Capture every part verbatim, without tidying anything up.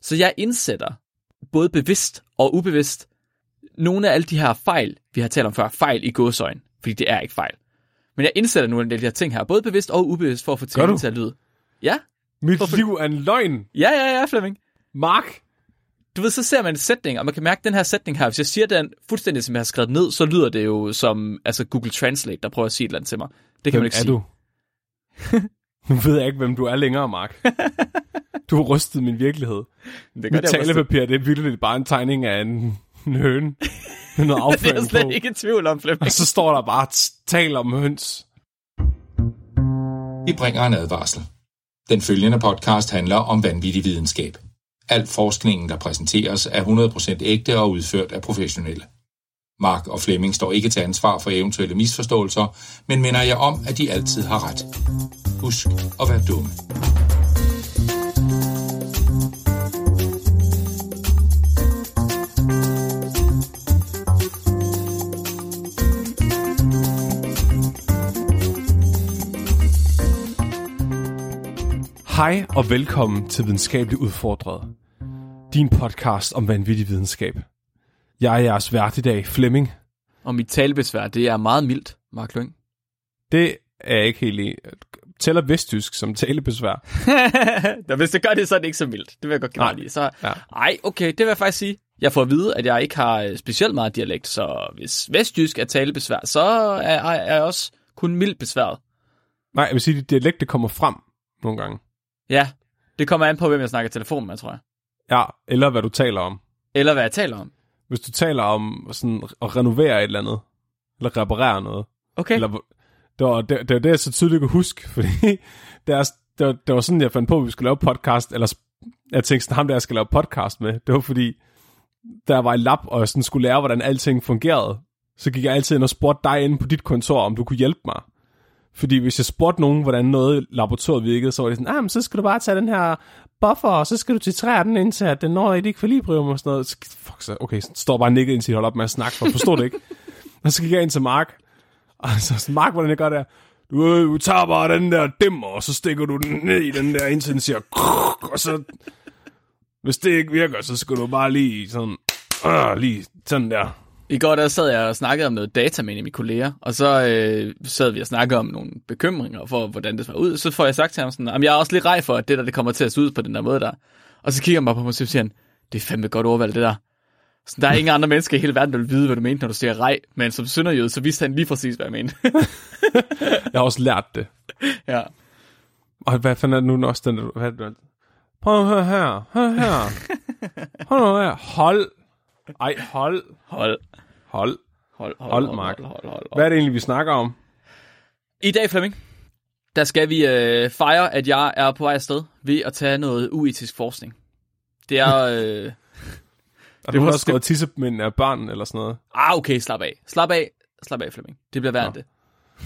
Så jeg indsætter, både bevidst og ubevidst, nogle af alle de her fejl, vi har talt om før, fejl i gåseøjne, fordi det er ikke fejl. Men jeg indsætter nogle af de her ting her, både bevidst og ubevidst, for at få tingene til at lyde. Ja. Mit Hvorfor? liv er en løgn. Ja, ja, ja, Flemming. Mark. Du ved, så ser man en sætning, og man kan mærke den her sætning her. Hvis jeg siger den fuldstændig, som jeg har skrevet ned, så lyder det jo som altså Google Translate, der prøver at sige et eller andet til mig. Det kan Hvem man ikke er sige. Du? Nu ved jeg ikke, hvem du er længere, Mark. Du har rystet min virkelighed. Det Mit talepapir, det er virkelig bare en tegning af en, en høne. Med noget afføring på. Det er jeg slet ikke i tvivl om, Flemming. Og så står der bare tal om høns. Vi bringer en advarsel. Den følgende podcast handler om vanvittig videnskab. Al forskningen, der præsenteres, er hundrede procent ægte og udført af professionelle. Mark og Flemming står ikke til ansvar for eventuelle misforståelser, men minder jer om, at de altid har ret. Husk at være dumme. Hej og velkommen til Videnskabeligt Udfordret. Din podcast om vanvittig videnskab. Jeg er jeres vært i dag, Flemming. Og mit talebesvær, det er meget mildt, Mark Lyng. Det er jeg ikke helt i. Tæller vesttysk som talebesvær? Nå, hvis det gør det, så er det ikke så mildt. Det vil jeg godt give mig lige. Så, ja. Ej, okay, det vil jeg faktisk sige. Jeg får at vide, at jeg ikke har specielt meget dialekt, så hvis vesttysk er talebesvær, så er, er jeg også kun mildt besværet. Nej, jeg vil sige, at dialektet kommer frem nogle gange. Ja, det kommer an på, hvem jeg snakker telefon med, tror jeg. Ja, eller hvad du taler om. Eller hvad jeg taler om. Hvis du taler om sådan at renovere et eller andet, eller reparere noget. Okay. Eller, det, var, det, det var det, jeg så tydeligt kunne huske, fordi det, er, det, var, det var sådan, jeg fandt på, at vi skulle lave podcast, eller jeg tænkte sådan, ham der, jeg skal lave podcast med, det var fordi, der var i lab, og jeg sådan skulle lære, hvordan alting fungerede, så gik jeg altid ind og spurgte dig inde på dit kontor, om du kunne hjælpe mig. Fordi hvis jeg spurgte nogen, hvordan noget i laboratoriet virkede, så var det sådan, ah, men så skal du bare tage den her buffer, og så skal du titrere den indtil, at den når i et equilibrium og sådan noget. Så, fuck, så, okay, så står bare nikket indtil de holder op med at snakke, for forstår det ikke. Og så gik jeg ind til Mark, og så sådan, Mark, hvordan jeg gør der? Du, du tager bare den der dimmer, og så stikker du den ned i den der, indtil den siger, og så, hvis det ikke virker, så skal du bare lige sådan, øh, lige sådan der. I går der sad jeg og snakkede om noget data med en af mine kolleger, og så øh, sad vi og snakkede om nogle bekymringer for, hvordan det var ud. Så får jeg sagt til ham sådan, at jeg er også lidt rej for, at det der det kommer til at se ud på den der måde der. Og så kigger han bare på mig og siger han, det er fandme godt overvalgt det der. Så der er ingen andre mennesker i hele verden, der vil vide, hvad du mente, når du siger rej. Men som sønderjyde, så vidste han lige præcis, hvad jeg mente. Jeg har også lært det. Ja. Og hvad fanden er det nu også den der? Hvad, prøv at høre her. Hør her. Hold nu her. Hold. Ej, hold. Hold. Hold. Hold, hold, hold, hold, Mark. Hold, hold, hold, hold. Hvad er det egentlig, vi snakker om? I dag, Flemming, der skal vi øh, fejre, at jeg er på vej afsted ved at tage noget uetisk forskning. Det er... Øh, er du også skrevet tissemænd af børn eller sådan noget? Ah, okay, slap af. Slap af. Slap af, Flemming. Det bliver værre end det.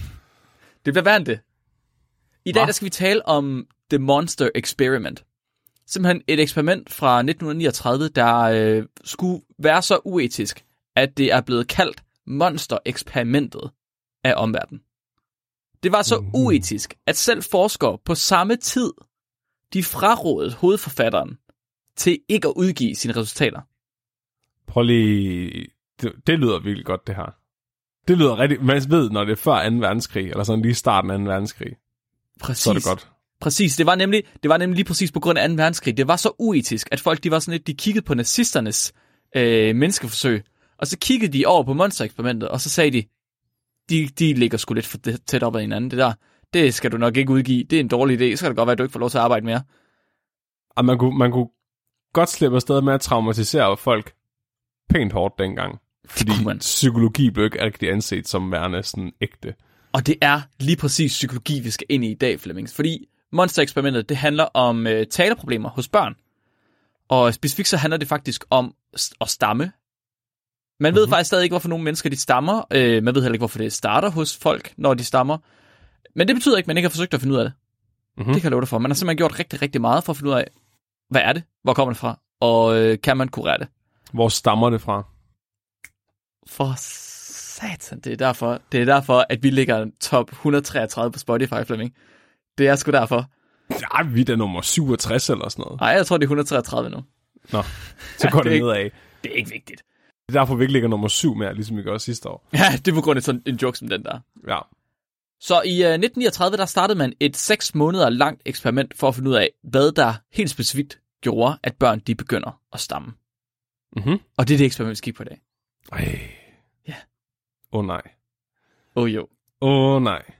Det bliver værre end det. I dag, der skal vi tale om The Monster Experiment. Simpelthen et eksperiment fra nitten niogtredive, der øh, skulle være så uetisk, at det er blevet kaldt monster-eksperimentet af omverdenen. Det var så uetisk, at selv forskere på samme tid, de frarådede hovedforfatteren til ikke at udgive sine resultater. Prøv lige... Det, det lyder virkelig godt, det her. Det lyder rigtig... Man ved, når det er før anden verdenskrig, eller sådan lige starten af anden verdenskrig. Præcis. Så er det godt. Præcis, det var nemlig, det var nemlig lige præcis på grund af anden verdenskrig. Det var så uetisk, at folk de var sådan lidt, de kiggede på nazisternes øh, menneskeforsøg, og så kiggede de over på monstereksperimentet, og så sagde de, de, de ligger sgu lidt for tæt op ad hinanden. Det der, det skal du nok ikke udgive. Det er en dårlig idé. Så kan det godt være, at du ikke får lov til at arbejde mere. Og man kunne, man kunne godt slippe afsted med at traumatisere folk pænt hårdt dengang. Fordi psykologi blev ikke rigtig anset som værende sådan ægte. Og det er lige præcis psykologi, vi skal ind i i dag, Flemming. Fordi monstereksperimentet, det handler om øh, taleproblemer hos børn. Og specifikt så handler det faktisk om at stamme. Man ved mm-hmm. faktisk stadig ikke, hvorfor nogle mennesker de stammer. Øh, man ved heller ikke, hvorfor det starter hos folk, når de stammer. Men det betyder ikke, at man ikke har forsøgt at finde ud af det. Mm-hmm. Det kan jeg love dig for. Man har simpelthen gjort rigtig, rigtig meget for at finde ud af, hvad er det? Hvor kommer det fra? Og øh, kan man kurere det? Hvor stammer det fra? For satan, det er derfor, det er derfor at vi ligger top et hundrede og treogtredive på Spotify, Flemming. Det er sgu derfor. Ja, vi er da nummer syvogtres eller sådan noget. Nej, jeg tror, det er et hundrede og treogtredive nu. Nå, så går det, det nedad. Det er ikke vigtigt. Det er derfor, vi ikke ligger nummer syv mere, ligesom vi gjorde sidste år. Ja, det er på grund af sådan en joke som den der. Ja. Så i uh, nitten niogtredive, der startede man et seks måneder langt eksperiment for at finde ud af, hvad der helt specifikt gjorde, at børn de begynder at stamme. Mhm. Og det er det eksperiment, vi skal kigge på i dag. Ej. Ja. Åh oh, nej. Åh oh, jo. Åh oh, nej.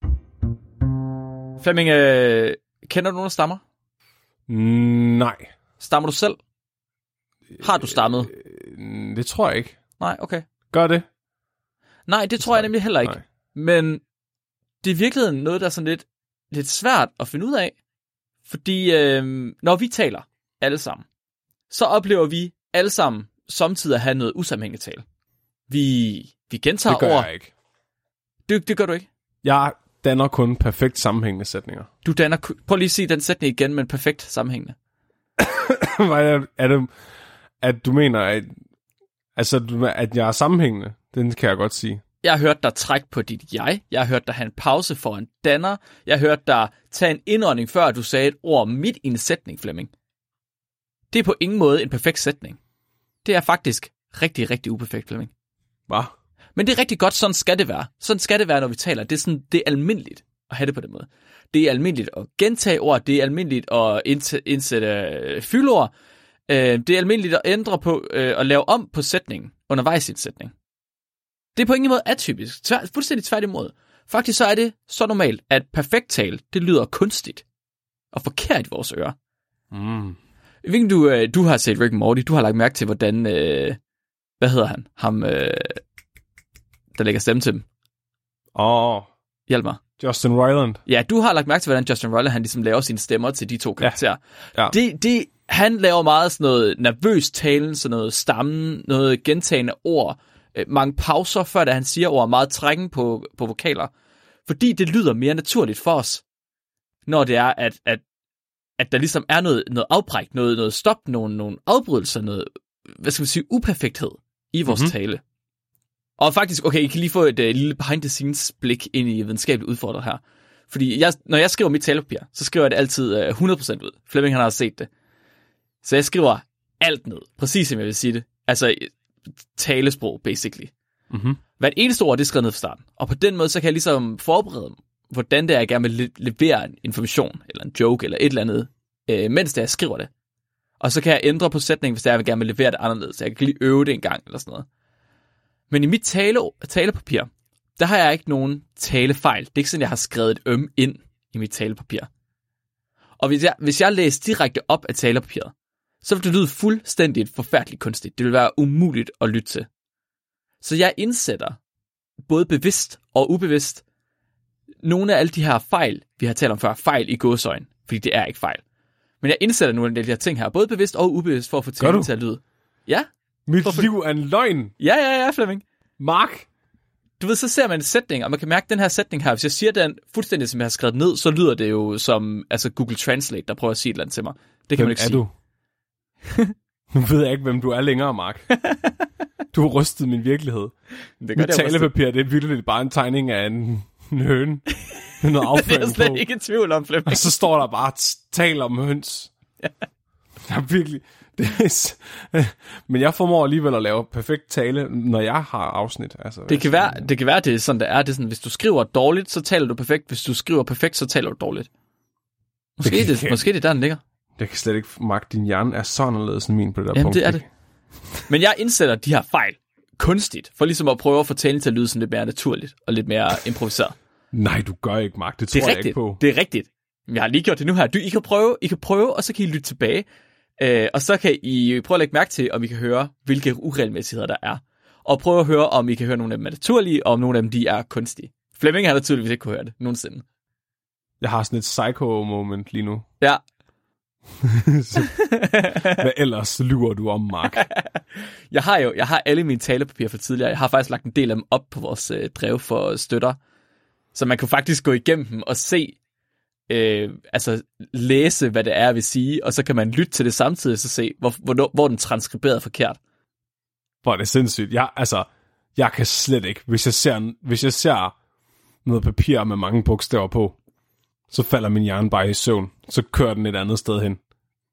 Flemming, øh, kender du nogen, der stammer? Nej. Stammer du selv? Har du stammet? Øh, det tror jeg ikke. Nej, okay. Gør det? Nej, det, det tror jeg nemlig heller ikke. Nej. Men det er i virkeligheden noget, der er sådan lidt, lidt svært at finde ud af. Fordi øh, når vi taler alle sammen, så oplever vi alle sammen samtidig at have noget usammenhængende tale. Vi, vi gentager ord. Det gør ord. jeg ikke. Det, det gør du ikke? Jeg danner kun perfekt sammenhængende sætninger. Du danner... Prøv lige at sige den sætning igen, men perfekt sammenhængende. Hvad er det, er det, at du mener, at, altså, at jeg er sammenhængende? Den kan jeg godt sige. Jeg har hørt dig trække på dit jeg. Jeg har hørt dig have en pause for en danner. Jeg har hørt dig tage en indånding, før du sagde et ord midt i en sætning, Flemming. Det er på ingen måde en perfekt sætning. Det er faktisk rigtig, rigtig uperfekt, Flemming. Hvad? Men det er rigtig godt, sådan skal det være. Sådan skal det være, når vi taler. Det er, sådan, det er almindeligt at have det på den måde. Det er almindeligt at gentage ord. Det er almindeligt at indsætte fyldord. Det er almindeligt at ændre på og lave om på sætningen undervejs i en sætning. Det er på ingen måde atypisk. Tvær, fuldstændig tværtimod. Faktisk så er det så normalt, at perfekt tale, det lyder kunstigt og forkert i vores ører. Mm. Jeg ved ikke, du, du har set Rick and Morty. Du har lagt mærke til, hvordan... Øh, hvad hedder han? Ham, øh, der lægger stemme til dem. Åh. Oh. Hjælp mig. Justin Roiland. Ja, du har lagt mærke til, hvordan Justin Roiland, han ligesom laver sine stemmer til de to karakterer. Ja. Ja. Det, det, han laver meget sådan noget nervøs talen, sådan noget stammen, noget gentagende ord, øh, mange pauser, før da han siger ord, meget trækken på, på vokaler. Fordi det lyder mere naturligt for os, når det er, at, at, at der ligesom er noget, noget afbræk, noget, noget stop, nogle, nogle afbrydelser, noget, hvad skal vi sige, uperfekthed i vores mm-hmm. tale. Og faktisk, okay, I kan lige få et uh, lille behind-the-scenes blik ind i videnskabeligt udfordret her. Fordi jeg, når jeg skriver mit talepapir, så skriver jeg det altid uh, hundrede procent ud. Flemming, han har set det. Så jeg skriver alt ned, præcis som jeg vil sige det. Altså talesprog, basically. Mm-hmm. Hvert eneste ord, det er skrevet ned fra starten. Og på den måde, så kan jeg ligesom forberede mig, hvordan det er, jeg gerne vil le- levere en information, eller en joke, eller et eller andet, øh, mens det, jeg skriver det. Og så kan jeg ændre på sætningen, hvis jeg vil gerne vil levere det anderledes. Så jeg kan lige øve det en gang, eller sådan noget. Men i mit tale, talepapir, der har jeg ikke nogen talefejl. Det er ikke sådan, jeg har skrevet et øm ind i mit talepapir. Og hvis jeg, hvis jeg læser direkte op af talepapiret, så vil det lyde fuldstændig forfærdeligt kunstigt. Det vil være umuligt at lytte til. Så jeg indsætter, både bevidst og ubevidst, nogle af alle de her fejl, vi har talt om før, fejl i gåseøjne, fordi det er ikke fejl. Men jeg indsætter nogle af de her ting her, både bevidst og ubevidst, for at få talen til at lyde. Ja. Mit for... liv er en løgn. Ja, ja, ja, Flemming. Mark. Du ved, så ser man en sætning, og man kan mærke den her sætning her. Hvis jeg siger den fuldstændig, som jeg har skrevet ned, så lyder det jo som altså Google Translate, der prøver at sige et eller andet til mig. Det kan hvem man ikke er sige. Du? Nu ved jeg ikke, hvem du er længere, Mark. Du har rystet min virkelighed. Det Mit talepapir, det er virkelig bare en tegning af en, en høne. Med noget afføring på. Det er jeg slet ikke i tvivl om, Flemming. Og så står der bare tal om høns. Ja. Jeg er virkelig... Det er, men jeg formår alligevel at lave perfekt tale, når jeg har afsnit. Altså, det, kan være, det kan være, det er sådan, det er. Det er sådan, hvis du skriver dårligt, så taler du perfekt. Hvis du skriver perfekt, så taler du dårligt. Måske det, det, det, måske det er der, den ligger. Jeg kan slet ikke magte, din hjerne er så anderledes end min på det der Jamen, punkt. det er det. Men jeg indsætter de her fejl kunstigt, for ligesom at prøve at få talen til at lyde sådan lidt mere naturligt og lidt mere improviseret. Nej, du gør ikke, Mark. Det tror det jeg ikke på. Det er rigtigt. Jeg har lige gjort det nu her. Du, I, kan prøve, I kan prøve, og så kan I lytte tilbage. Øh, og så kan I prøve at lægge mærke til, om I kan høre, hvilke uregelmæssigheder der er. Og prøve at høre, om I kan høre nogle af dem er naturlige, og om nogle af dem de er kunstige. Flemming har naturligvis ikke kunne høre det nogensinde. Jeg har sådan et psycho-moment lige nu. Ja. Så, hvad ellers lyver du om, Mark? jeg har jo jeg har alle mine talepapirer fra tidligere. Jeg har faktisk lagt en del af dem op på vores øh, drev for støtter. Så man kan faktisk gå igennem dem og se, øh, altså læse, hvad det er, jeg vil sige, og så kan man lytte til det samtidig, så se, hvor, hvor, hvor den transkriberet forkert. Hvor er det sindssygt. Jeg, altså, jeg kan slet ikke, hvis jeg ser, hvis jeg ser noget papir med mange bogstaver på, så falder min hjerne bare i søvn. Så kører den et andet sted hen.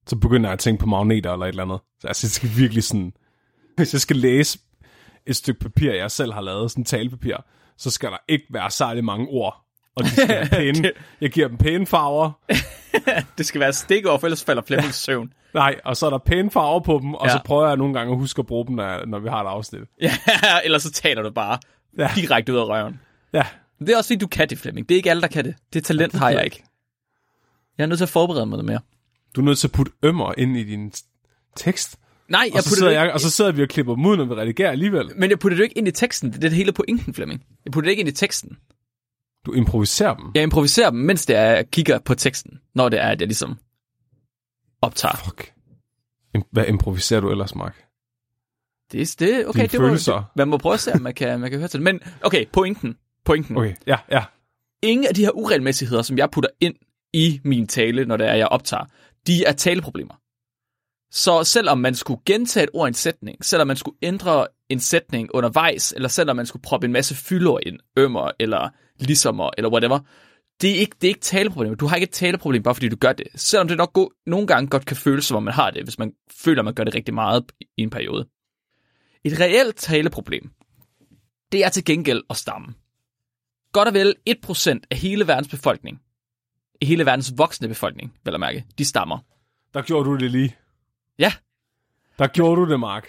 så begynder jeg at tænke på magneter eller et eller andet. Så altså, jeg skal virkelig sådan... Hvis jeg skal læse et stykke papir, jeg selv har lavet, sådan talepapir, så skal der ikke være særlig mange ord. Og de skal være pæne. Jeg giver dem pæne farver. Det skal være stikord, for ellers falder Flemming i søvn. Nej, og så er der pæne farver på dem, og ja. så prøver jeg nogle gange at huske at bruge dem, når, når vi har et afsnit. Ja, ellers så taler du bare ja. direkte ud af røven. Ja. Det er også fordi, du kan det, Flemming. Det er ikke alle, der kan det. Det talent ja, det har jeg ikke. Jeg er nødt til at forberede mig noget mere. Du er nødt til at putte ømmer ind i din tekst. Nej, jeg og så putter det ikke... jeg, Og så sidder vi og klipper dem ud, når vi redigerer alligevel. Men jeg putter det ikke ind i teksten. Det er det hele pointen, Flemming. Jeg putter det ikke ind i teksten. Du improviserer dem? Jeg improviserer dem, mens det er, jeg kigger på teksten. Når det er, at jeg ligesom optager. Fuck. Hvad improviserer du ellers, Mark? Det er det. Okay, det må, man må prøve at se, om man kan, man kan høre til det. Men okay, pointen. Pointen. Okay, ja, ja. Ingen af de her uregelmæssigheder, som jeg putter ind i min tale, når det er, jeg optager, de er taleproblemer. Så selvom man skulle gentage et ord i en sætning, selvom man skulle ændre en sætning undervejs, eller selvom man skulle proppe en masse fyldord ind, ømmer eller ligesommer, eller whatever, det er ikke, det er ikke taleproblemer. Du har ikke et taleproblem, bare fordi du gør det. Selvom det nok go- nogle gange godt kan føles, som om man har det, hvis man føler, at man gør det rigtig meget i en periode. Et reelt taleproblem, det er til gengæld at stamme. Godt og vel et procent af hele verdens befolkning, hele verdens voksne befolkning, vel at mærke, de stammer. Der gjorde du det lige. Ja. Der gjorde du det, Mark.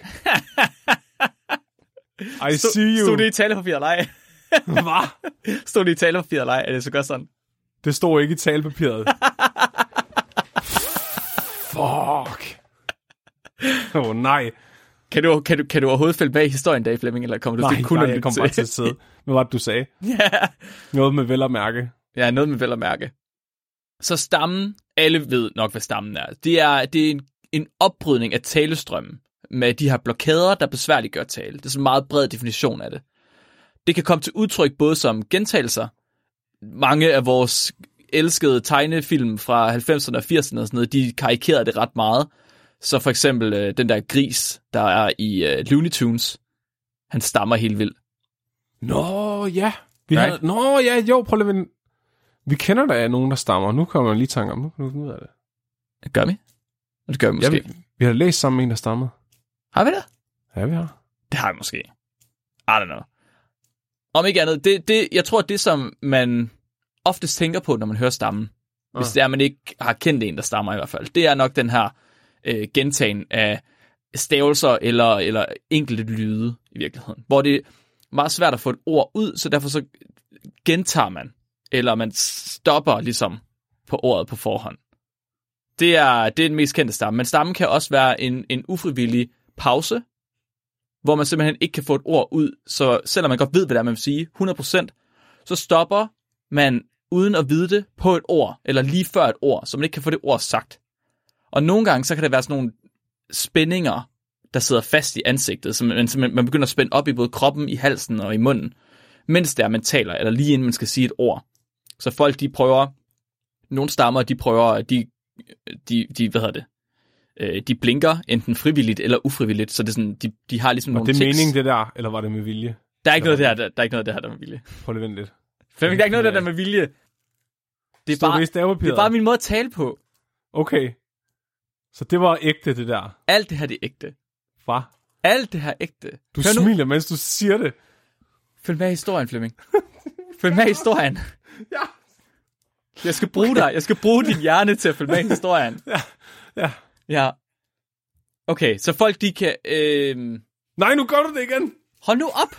I Stod, see you. Stod det i talepapiret eller ej? Hvad? Stod det i talepapiret eller ej? Er det så godt sådan? Det stod ikke i talepapiret. Fuck. Åh, oh, nej. Kan du, kan, du, kan du overhovedet følge med i historien dag, Flemming, eller kommer du nej, til kun nej, at jeg kom bare til at sidde. Hvad var det, du sagde? Ja. Noget med vel at mærke. Ja, noget med vel at mærke. Så stammen, alle ved nok, hvad stammen er. Det er, det er en, en opbrydning af talestrømmen med de her blokader, der besværliggør tale. Det er sådan en meget bred definition af det. Det kan komme til udtryk både som gentagelser. Mange af vores elskede tegnefilm fra halvfemserne og firserne og sådan noget, de karikerede det ret meget. Så for eksempel øh, den der gris, der er i øh, Looney Tunes, han stammer helt vildt. Nå, ja. Vi right? havde, nå, ja, jo, prøv lige at... Vi kender der nogen, der stammer. Nu kommer man lige tanke om, nu kan du ud af det. Gør vi? Det gør vi måske. Ja, vi, vi har læst sammen med en, der stammede. Har vi det? Ja, vi har. Det har vi måske. I don't know. Om ikke andet, det, det, jeg tror, at det, som man oftest tænker på, når man hører stammen, ah. hvis det er, man ikke har kendt en, der stammer i hvert fald, det er nok den her øh, gentagen af stavelser eller, eller enkelte lyde i virkeligheden, hvor det er meget svært at få et ord ud, så derfor så gentager man, eller man stopper ligesom på ordet på forhånd. Det er, det er den mest kendte stamme, men stammen kan også være en, en ufrivillig pause, hvor man simpelthen ikke kan få et ord ud, så selvom man godt ved, hvad det er, man vil sige, hundrede procent, så stopper man uden at vide det på et ord, eller lige før et ord, så man ikke kan få det ord sagt. Og nogle gange, så kan der være sådan nogle spændinger, der sidder fast i ansigtet, så man, så man begynder at spænde op i både kroppen, i halsen og i munden, mens det er, man taler, eller lige inden man skal sige et ord. Så folk, de prøver, nogle stammer, de prøver, de, de, de hvad hedder det, de blinker enten frivilligt eller ufrivilligt, så det er sådan, de, de har ligesom var nogle det tics. Mening det der, eller var det med vilje? Der er ikke noget der, der, der er ikke noget der, der er med vilje. Prøv lige at vente lidt. Flemming, der er ikke noget der, der er med vilje. Det er, bare, det er bare min måde at tale på. Okay. Så det var ægte, det der? Alt det her, det er ægte. Hvad? Alt det her er ægte. Du Hør smiler, nu. Mens du siger det. Følg med i historien, Flemming. Følg med i historien. Ja. Jeg skal bruge dig. Jeg skal bruge din hjerne til at følge med i historien. Ja. Ja. Ja. Okay, så folk de kan... Øh... Nej, nu gør du det igen. Hold nu op.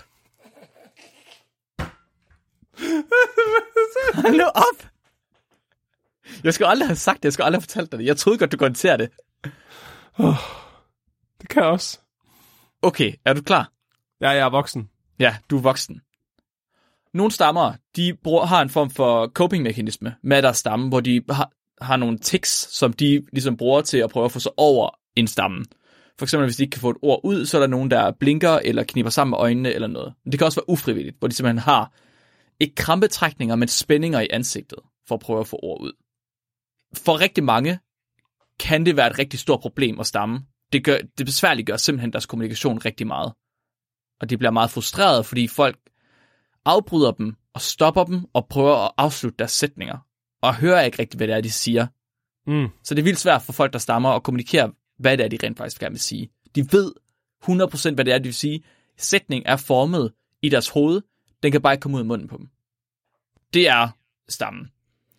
Hold nu op. Jeg skal aldrig have sagt det. Jeg skal aldrig have fortalt dig det. Jeg troede godt, du kunne håndtere det. Oh, det kan jeg også. Okay, er du klar? Ja, jeg er voksen. Ja, du er voksen. Nogle stammer, de bruger, har en form for coping-mekanisme med deres stamme, hvor de har, har nogle tics, som de ligesom bruger til at prøve at få sig over en stamme. For eksempel, hvis de ikke kan få et ord ud, så er der nogen, der blinker eller kniber sammen med øjnene eller noget. Men det kan også være ufrivilligt, hvor de simpelthen har ikke krampetrækninger, men spændinger i ansigtet for at prøve at få ord ud. For rigtig mange kan det være et rigtig stort problem at stamme. Det, gør, det besværliggør simpelthen deres kommunikation rigtig meget. Og de bliver meget frustrerede, fordi folk afbryder dem og stopper dem og prøver at afslutte deres sætninger. Og hører ikke rigtig, hvad det er, de siger. Mm. Så det er vildt svært for folk, der stammer, at kommunikere, hvad det er, de rent faktisk gerne vil sige. De ved hundrede procent, hvad det er, de vil sige. Sætning er formet i deres hoved. Den kan bare ikke komme ud af munden på dem. Det er stammen.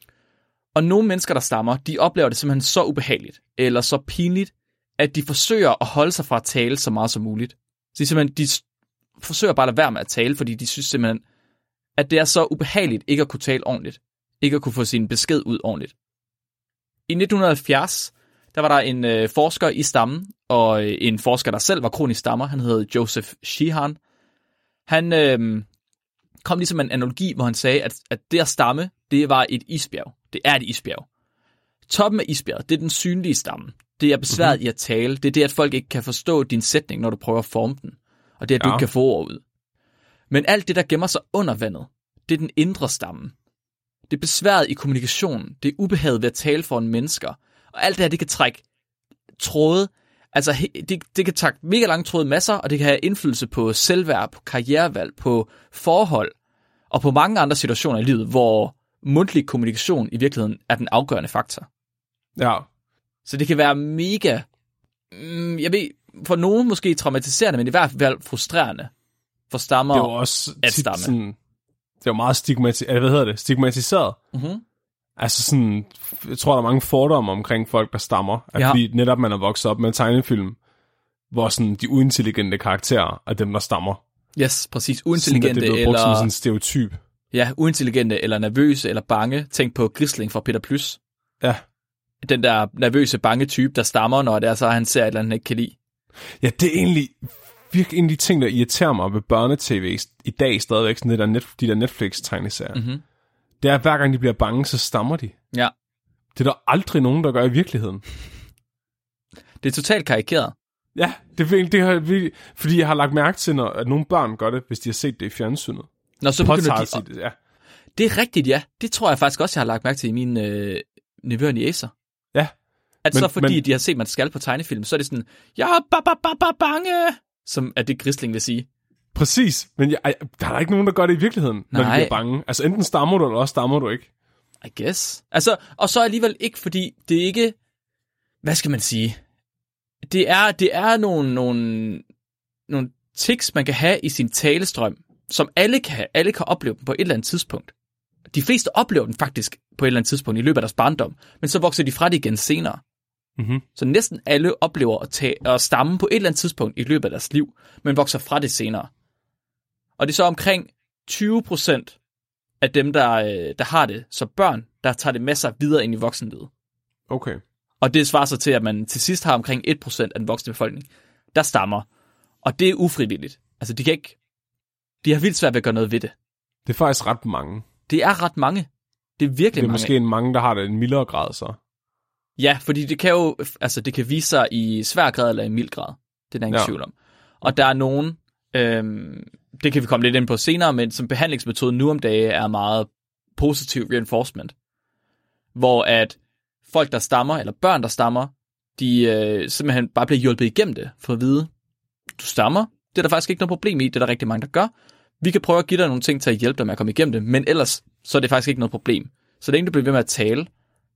Og nogle mennesker, der stammer, de oplever det simpelthen så ubehageligt, eller så pinligt, at de forsøger at holde sig fra at tale så meget som muligt. Så de, simpelthen, de forsøger bare at lade være med at tale, fordi de synes simpelthen, at det er så ubehageligt ikke at kunne tale ordentligt. Ikke at kunne få sin besked ud ordentligt. I nitten halvfjerds, der var der en øh, forsker i stammen, og øh, en forsker, der selv var kronisk stammer. Han hed Joseph Sheehan. Han øh, kom ligesom med en analogi, hvor han sagde, at, at det at stamme, det var et isbjerg. Det er et isbjerg. Toppen af isbjerget, det er den synlige stamme. Det er besværet mm-hmm. i at tale. Det er det, at folk ikke kan forstå din sætning, når du prøver at forme den. Og det er, at du ja. ikke kan få ord ud. Men alt det, der gemmer sig under vandet, det er den indre stamme. Det er besværet i kommunikationen. Det er ubehaget ved at tale foran mennesker. Og alt det her, det kan trække tråde. Altså, det, det kan trække mega lange tråde masser, og det kan have indflydelse på selvværd, på karrierevalg, på forhold, og på mange andre situationer i livet, hvor mundtlig kommunikation i virkeligheden er den afgørende faktor. Ja. Så det kan være mega, mm, jeg ved, for nogen måske traumatiserende, men i hvert fald frustrerende for stammer det er også at stamme. Sådan, det er jo meget stigmatiseret, hvad hedder det? Stigmatiseret. Mm-hmm. Altså sådan, jeg tror, der er mange fordomme omkring folk, der stammer. At ja. Fordi netop man er vokset op med en tegnefilm, hvor sådan de uintelligente karakterer er dem, der stammer. Yes, præcis. Uintelligente sådan, det er eller... som sådan en stereotyp. Ja, uintelligente eller nervøse eller bange. Tænk på Grisling fra Peter Plys. Ja. Den der nervøse, bange type, der stammer, når det er så, han ser et eller andet, han ikke kan lide. Ja, det er egentlig virkelig en af de ting, der irriterer mig ved børnetv i dag stadigvæk, sådan det der net, de der Netflix-tegneserier. Mm-hmm. Det er, at hver gang de bliver bange, så stammer de. Ja. Det er der aldrig nogen, der gør i virkeligheden. Det er totalt karikeret. Ja, det er, det har, fordi jeg har lagt mærke til, når, at nogle børn gør det, hvis de har set det i fjernsynet. Nå, så begynder de... Det, ja. Det er rigtigt, ja. Det tror jeg faktisk også, jeg har lagt mærke til i mine øh, nevøer og niecer. Ja. At men, så fordi men... de har set, man skal på tegnefilm, så er det sådan, jeg er ba, ba, ba, ba, bange, som er det Grisling vil sige. Præcis, men jeg, der er ikke nogen, der gør det i virkeligheden, når Nej. de bliver bange. Altså enten stammer du, eller også stammer du ikke. I guess. Altså, og så alligevel ikke, fordi det er ikke, hvad skal man sige, det er, det er nogle, nogle, nogle tics, man kan have i sin talestrøm, som alle kan have. Alle kan opleve dem på et eller andet tidspunkt. De fleste oplever den faktisk på et eller andet tidspunkt i løbet af deres barndom, men så vokser de fra det igen senere. Mm-hmm. Så næsten alle oplever at, tage, at stamme på et eller andet tidspunkt i løbet af deres liv, men vokser fra det senere. Og det er så omkring tyve procent af dem, der, der har det, så børn, der tager det med sig videre ind i voksenlivet. Okay. Og det svarer sig til, at man til sidst har omkring et procent af den voksne befolkning, der stammer. Og det er ufrivilligt. Altså, de kan ikke... De har vildt svært ved at gøre noget ved det. Det er faktisk ret mange. Det er ret mange. Det er virkelig mange. Det er mange. Måske en mange, der har det en mildere grad, så. Ja, fordi det kan jo... Altså, det kan vise sig i svær grad eller i mild grad. Det er der ingen ja. tvivl om. Og der er nogen... Øhm, det kan vi komme lidt ind på senere, men som behandlingsmetode nu om dage er meget positiv reinforcement. Hvor at folk, der stammer, eller børn, der stammer, de øh, simpelthen bare bliver hjulpet igennem det, for at vide, du stammer, det er der faktisk ikke noget problem i, det er der rigtig mange, der gør. Vi kan prøve at give dig nogle ting til at hjælpe dig med at komme igennem det, men ellers, så er det faktisk ikke noget problem. Så længe du bliver ved med at tale,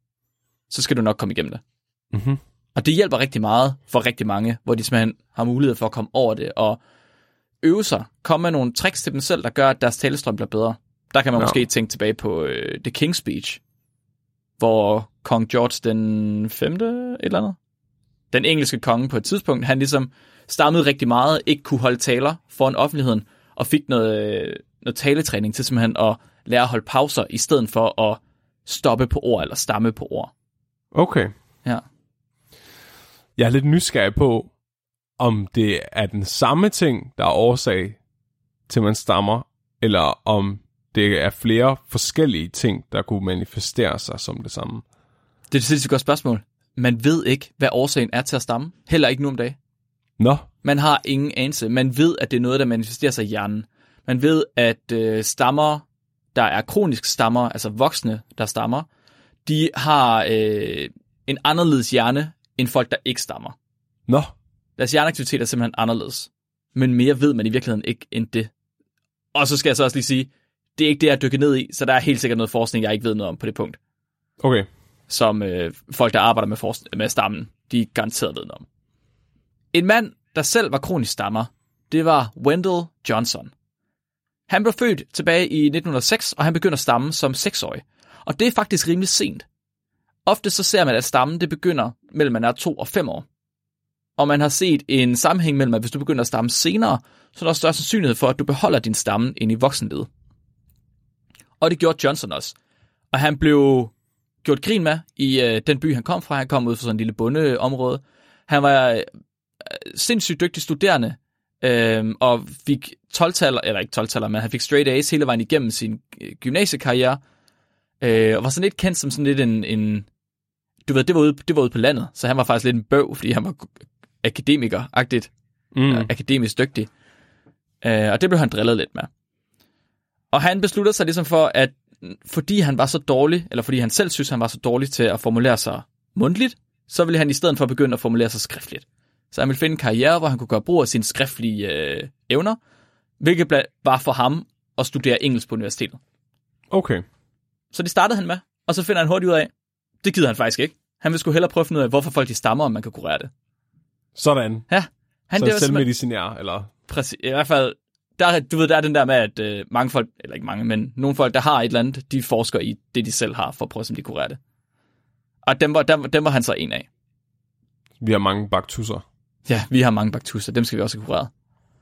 så skal du nok komme igennem det. Mm-hmm. Og det hjælper rigtig meget for rigtig mange, hvor de simpelthen har mulighed for at komme over det, og øve sig, komme med nogle tricks til dem selv, der gør, at deres talestrøm bliver bedre. Der kan man ja. måske tænke tilbage på uh, The King's Speech, hvor kong George den femte, et eller andet, den engelske konge på et tidspunkt, han ligesom stammede rigtig meget, ikke kunne holde taler foran offentligheden, og fik noget, noget taletræning til simpelthen at lære at holde pauser, i stedet for at stoppe på ord, eller stamme på ord. Okay. Ja. Jeg er lidt nysgerrig på, om det er den samme ting, der er årsag til, at man stammer, eller om det er flere forskellige ting, der kunne manifestere sig som det samme. Det er et sindssygt godt spørgsmål. Man ved ikke, hvad årsagen er til at stamme. Heller ikke nu om dagen. Nå. Man har ingen anelse. Man ved, at det er noget, der manifesterer sig i hjernen. Man ved, at øh, stammer, der er kronisk stammer, altså voksne, der stammer, de har øh, en anderledes hjerne, end folk, der ikke stammer. Nå. Deres hjerneaktivitet er simpelthen anderledes. Men mere ved man i virkeligheden ikke end det. Og så skal jeg så også lige sige, det er ikke det, jeg dykker ned i, så der er helt sikkert noget forskning, jeg ikke ved noget om på det punkt. Okay. som øh, folk, der arbejder med, forst- med stammen, de garanteret ved noget om. En mand, der selv var kronisk stammer, det var Wendell Johnson. Han blev født tilbage i nitten hundrede og seks, og han begynder at stamme som seksårig. Og det er faktisk rimelig sent. Ofte så ser man, at stammen det begynder mellem man er to og fem år. Og man har set en sammenhæng mellem, at hvis du begynder at stamme senere, så er der større sandsynlighed for, at du beholder din stamme ind i voksenlivet. Og det gjorde Johnson også. Og han blev gjort grin med i øh, den by, han kom fra. Han kom ud fra sådan en lille bondeområde. Han var øh, sindssygt dygtig studerende, øh, og fik tolv-taller, eller ikke tolv-taller, men han fik straight A's hele vejen igennem sin øh, gymnasiekarriere. Øh, og var sådan lidt kendt som sådan lidt en... en du ved, det var, ude, det var ude på landet, så han var faktisk lidt en bøv, fordi han var akademiker-agtigt, mm. akademisk dygtig. Øh, og det blev han drillet lidt med. Og han besluttede sig ligesom for, at fordi han var så dårlig, eller fordi han selv synes, han var så dårlig til at formulere sig mundtligt, så ville han i stedet for begynde at formulere sig skriftligt. Så han ville finde en karriere, hvor han kunne gøre brug af sine skriftlige øh, evner, hvilket var for ham at studere engelsk på universitetet. Okay. Så det startede han med, og så finder han hurtigt ud af, det gider han faktisk ikke. Han vil sgu hellere prøve at finde ud af, hvorfor folk de stammer, om man kan kurere det. Sådan. Ja. Han, så det var selvmedicinær, eller? Præcis. I hvert fald, der, du ved, der er den der med, at øh, mange folk, eller ikke mange, men nogle folk, der har et eller andet, de forsker i det, de selv har, for at prøve, om de kurerer det. Og dem var, dem, dem var han så en af. Vi har mange baktusser. Ja, vi har mange baktusser. Dem skal vi også have kureret.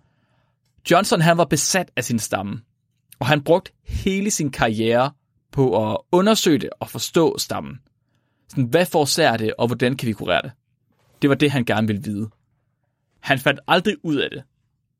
Johnson, han var besat af sin stamme, og han brugte hele sin karriere på at undersøge det og forstå stammen. Sådan, hvad forårsager det, og hvordan kan vi kurere det? Det var det, han gerne ville vide. Han fandt aldrig ud af det.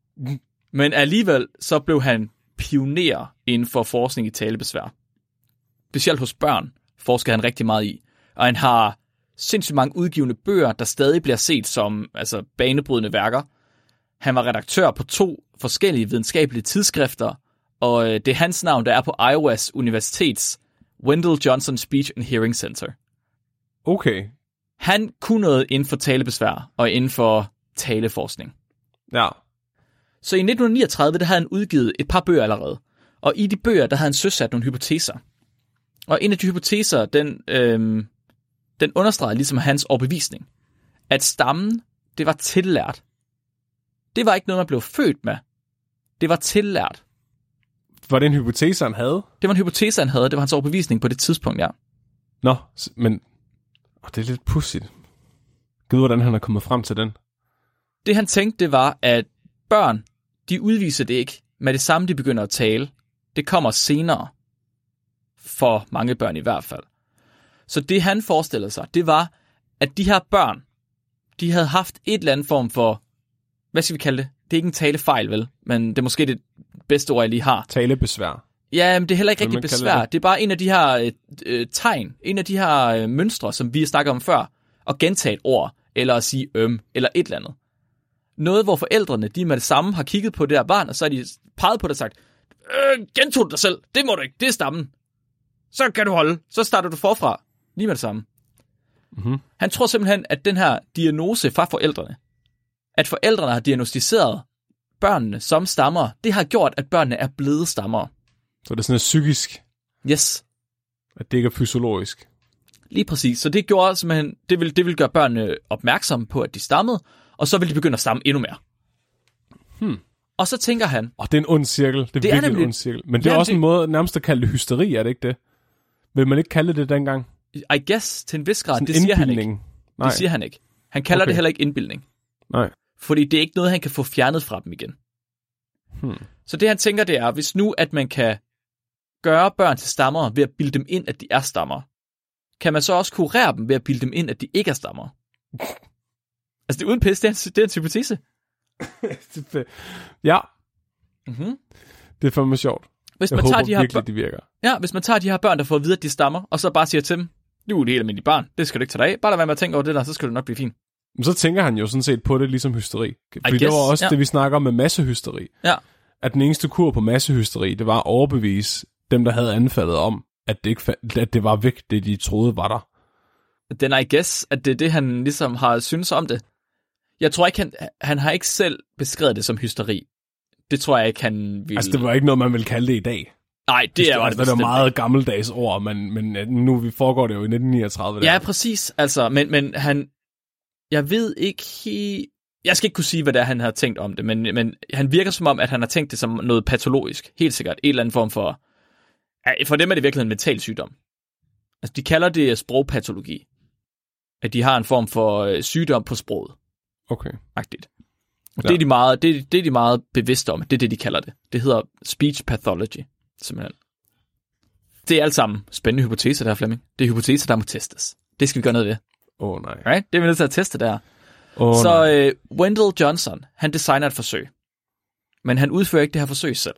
Men alligevel så blev han pioner inden for forskning i talebesvær. Specielt hos børn forsker han rigtig meget i. Og han har sindssygt mange udgivende bøger, der stadig bliver set som altså, banebrydende værker. Han var redaktør på to forskellige videnskabelige tidsskrifter, og det er hans navn, der er på Iowa Universitets Wendell Johnson Speech and Hearing Center. Okay. Han kunne noget inden for talebesvær og inden for taleforskning. Ja. Så i nitten niogtredive, der havde han udgivet et par bøger allerede. Og i de bøger, der havde han søsat nogle hypoteser. Og en af de hypoteser, den, øhm, den understregede ligesom hans overbevisning. At stammen, det var tillært. Det var ikke noget, man blev født med. Det var tillært. Var det en hypotese, han havde? Det var en hypotese, han havde. Det var hans overbevisning på det tidspunkt, ja. Nå, men oh, det er lidt pudsigt. Gud, hvordan han er kommet frem til den. Det han tænkte, det var, at børn, de udviser det ikke med det samme, de begynder at tale. Det kommer senere. For mange børn i hvert fald. Så det han forestillede sig, det var, at de her børn, de havde haft et eller andet form for, hvad skal vi kalde det? Det er ikke en talefejl, vel? Men det er måske det bedste ord, jeg lige har. Talebesvær. Ja, men det er heller ikke rigtig besvær. Det? det er bare en af de her øh, øh, tegn, en af de her øh, mønstre, som vi snakker om før, at gentage et ord, eller at sige øm, eller et eller andet. Noget, hvor forældrene, de med det samme, har kigget på det her barn, og så har de peget på det og sagt, øh, gentog du dig selv, det må du ikke, det er stammen. Så kan du holde, så starter du forfra, lige med det samme. Mm-hmm. Han tror simpelthen, at den her diagnose fra forældrene, at forældrene har diagnostiseret børnene som stammer, det har gjort, at børnene er blevet stammere. Så det er sådan noget psykisk? Yes. At det ikke er fysiologisk? Lige præcis. Så det gjorde simpelthen, det vil, det vil gøre børnene opmærksomme på, at de stammede, og så vil de begynde at stamme endnu mere. Hmm. Og så tænker han... Åh, oh, det er en ond cirkel. Det er, det virkelig er nemlig en ond cirkel. Men det er ja, også det... en måde nærmest at kalde det hysteri, er det ikke det? Vil man ikke kalde det dengang? I guess, til en vis grad. Sådan det siger han ikke. Nej. Det siger han ikke. Han kalder okay. det heller ikke indbildning. Nej. Fordi det er ikke noget, han kan få fjernet fra dem igen. Hmm. Så det han tænker, det er, hvis nu, at man kan gøre børn til stammere ved at bilde dem ind, at de er stammere, kan man så også kurere dem ved at bilde dem ind, at de ikke er stammere? Altså, det er uden pis, det er en, det er en hypotese. Ja. Mm-hmm. Det er fandme sjovt. Hvis jeg man håber tager de her virkelig, det virker. Ja, hvis man tager de her børn, der får at vide, at de stammer, og så bare siger til dem, du er et helt almindeligt barn, det skal du ikke tage dig af. Bare lad være med at tænke over det der, så skal det nok blive fint. Men så tænker han jo sådan set på det ligesom hysteri. Fordi guess, det var også ja. det, vi snakker om med massehysteri. Ja. At den eneste kur på massehysteri, det var at overbevise dem, der havde anfaldet om, at det, ikke, at det var væk, det de troede var der. Den I guess, at det er det, han ligesom har synes om det. Jeg tror ikke, han, han har ikke selv beskrevet det som hysteri. Det tror jeg ikke, han ville... Altså, det var ikke noget, man ville kalde det i dag. Nej, det er jo altså, det er meget gammeldags ord, men, men nu vi foregår det jo i nitten niogtredive. Der. Ja, præcis. Altså, men, men han... Jeg ved ikke... He... Jeg skal ikke kunne sige, hvad det er, han har tænkt om det, men, men han virker som om, at han har tænkt det som noget patologisk. Helt sikkert. En eller anden form for... For dem er det virkelig en mental sygdom. Altså, de kalder det sprogpatologi. At de har en form for sygdom på sproget. Okay. Agtigt. Og ja. det, er de meget, det, det er de meget bevidste om. Det er det, de kalder det. Det hedder speech pathology, simpelthen. Det er alt sammen spændende hypoteser, der er, Flemming. Det er hypoteser, der må testes. Det skal vi gøre noget ved. Åh oh, nej. Right? Det er vi nødt til at teste der. Oh, Så øh, Wendell Johnson, han designer et forsøg. Men han udfører ikke det her forsøg selv.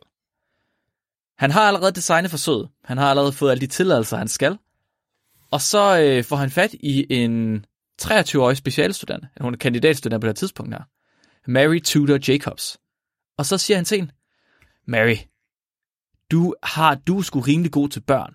Han har allerede designet forsøget. Han har allerede fået alle de tilladelser, han skal. Og så øh, får han fat i en treogtyve-årig specialstuderende. Hun er kandidatstuderende på det her tidspunkt her. Mary Tudor Jacobs. Og så siger han til hende, Mary, du, har, du er sgu rimelig god til børn.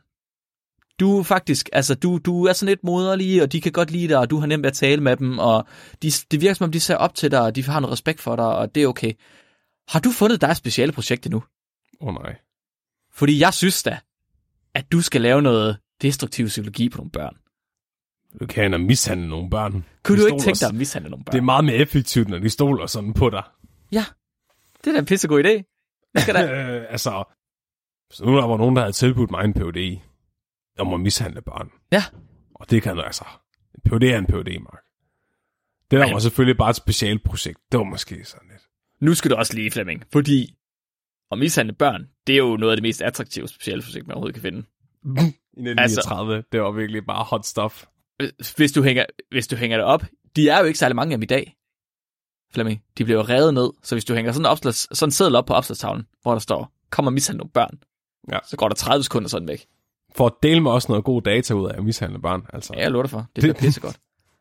Du faktisk, altså du, du er sådan lidt moderlig, og de kan godt lide dig, og du har nemt at tale med dem, og de, det virker som om, de ser op til dig, og de har noget respekt for dig, og det er okay. Har du fundet dig et speciale projekt endnu? Åh oh, nej. Fordi jeg synes da, at du skal lave noget destruktiv psykologi på nogle børn. Du kan jo mishandle nogle børn. Kunne de du ikke tænke dig at mishandle nogle børn? Det er meget mere effektivt, når de stoler sådan på dig. Ja, det er da en pissegod idé. Hvad skal der? altså, så nu der var nogen, der havde tilbudt mig en P H D om at mishandle børn. Ja. Og det kan altså... En P H D er en P H D, Mark. Det der var selvfølgelig bare et specialprojekt. Det var måske sådan lidt. Nu skal du også lige, Flemming, fordi at mishandle børn, det er jo noget af det mest attraktive specialprojekt, man overhovedet kan finde. I nitten niogtredive, altså, det var virkelig bare hot stuff. Hvis du, hænger, hvis du hænger det op, de er jo ikke særlig mange af dem i dag, Flemming. De bliver jo revet ned, så hvis du hænger sådan en, opslags, sådan en seddel op på opslagstavlen, hvor der står, kom og mishandle nogle børn, ja. Så går der tredive sekunder sådan væk. For at dele mig også noget god data ud af at mishandle børn. Altså. Ja, jeg lover dig for. Det bliver pissegodt.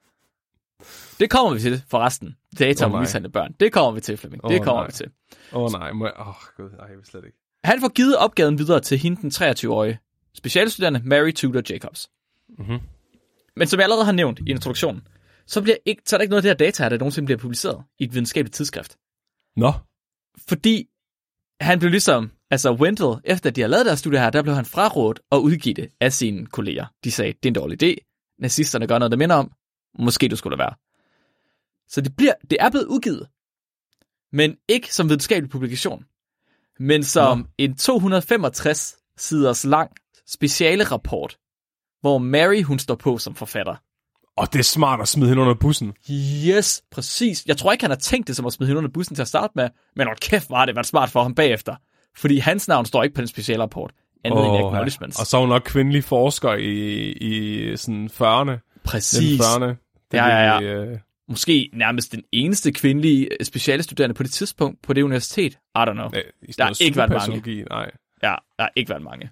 Det kommer vi til forresten. Data oh, om at mishandle børn. Det kommer vi til, Flemming. Det oh, kommer nej. vi til. Åh oh, nej. Åh, oh, gud. Nej, jeg vil slet ikke. Han får givet opgaven videre til hende, den treogtyve-årige specialstuderende Mary Tudor Jacobs. Mm-hmm. Men som jeg allerede har nævnt i introduktionen, så, bliver ikke, så er der ikke noget af det her data her, der nogensinde bliver publiceret i et videnskabeligt tidsskrift. Nå. Fordi han blev ligesom, altså Wendell, efter de har lavet deres studie her, der blev han frarådet at udgive det af sine kolleger. De sagde, det er en dårlig idé. Nazisterne gør noget, der minder om. Måske du skulle lade være. Så det, bliver, det er blevet udgivet. Men ikke som videnskabelig publikation. Men som Nå. en to hundrede femogtres siders lang speciale rapport, hvor Mary, hun står på som forfatter. Og det er smart at smide hende under bussen. Yes, præcis. Jeg tror ikke, han har tænkt det som at smide hende under bussen til at starte med, men hold kæft var det været smart for ham bagefter. Fordi hans navn står ikke på den speciale rapport. Andet oh, end acknowledgements. Ja. Og så er hun nok kvindelig forsker i, i sådan fyrrerne. Præcis. fyrrerne. Ja, ja, ja. Øh... Måske nærmest den eneste kvindelige specialstuderende på det tidspunkt på det universitet. I don't know. Ja, der har ikke været mange. Nej. Ja, der har ikke været mange.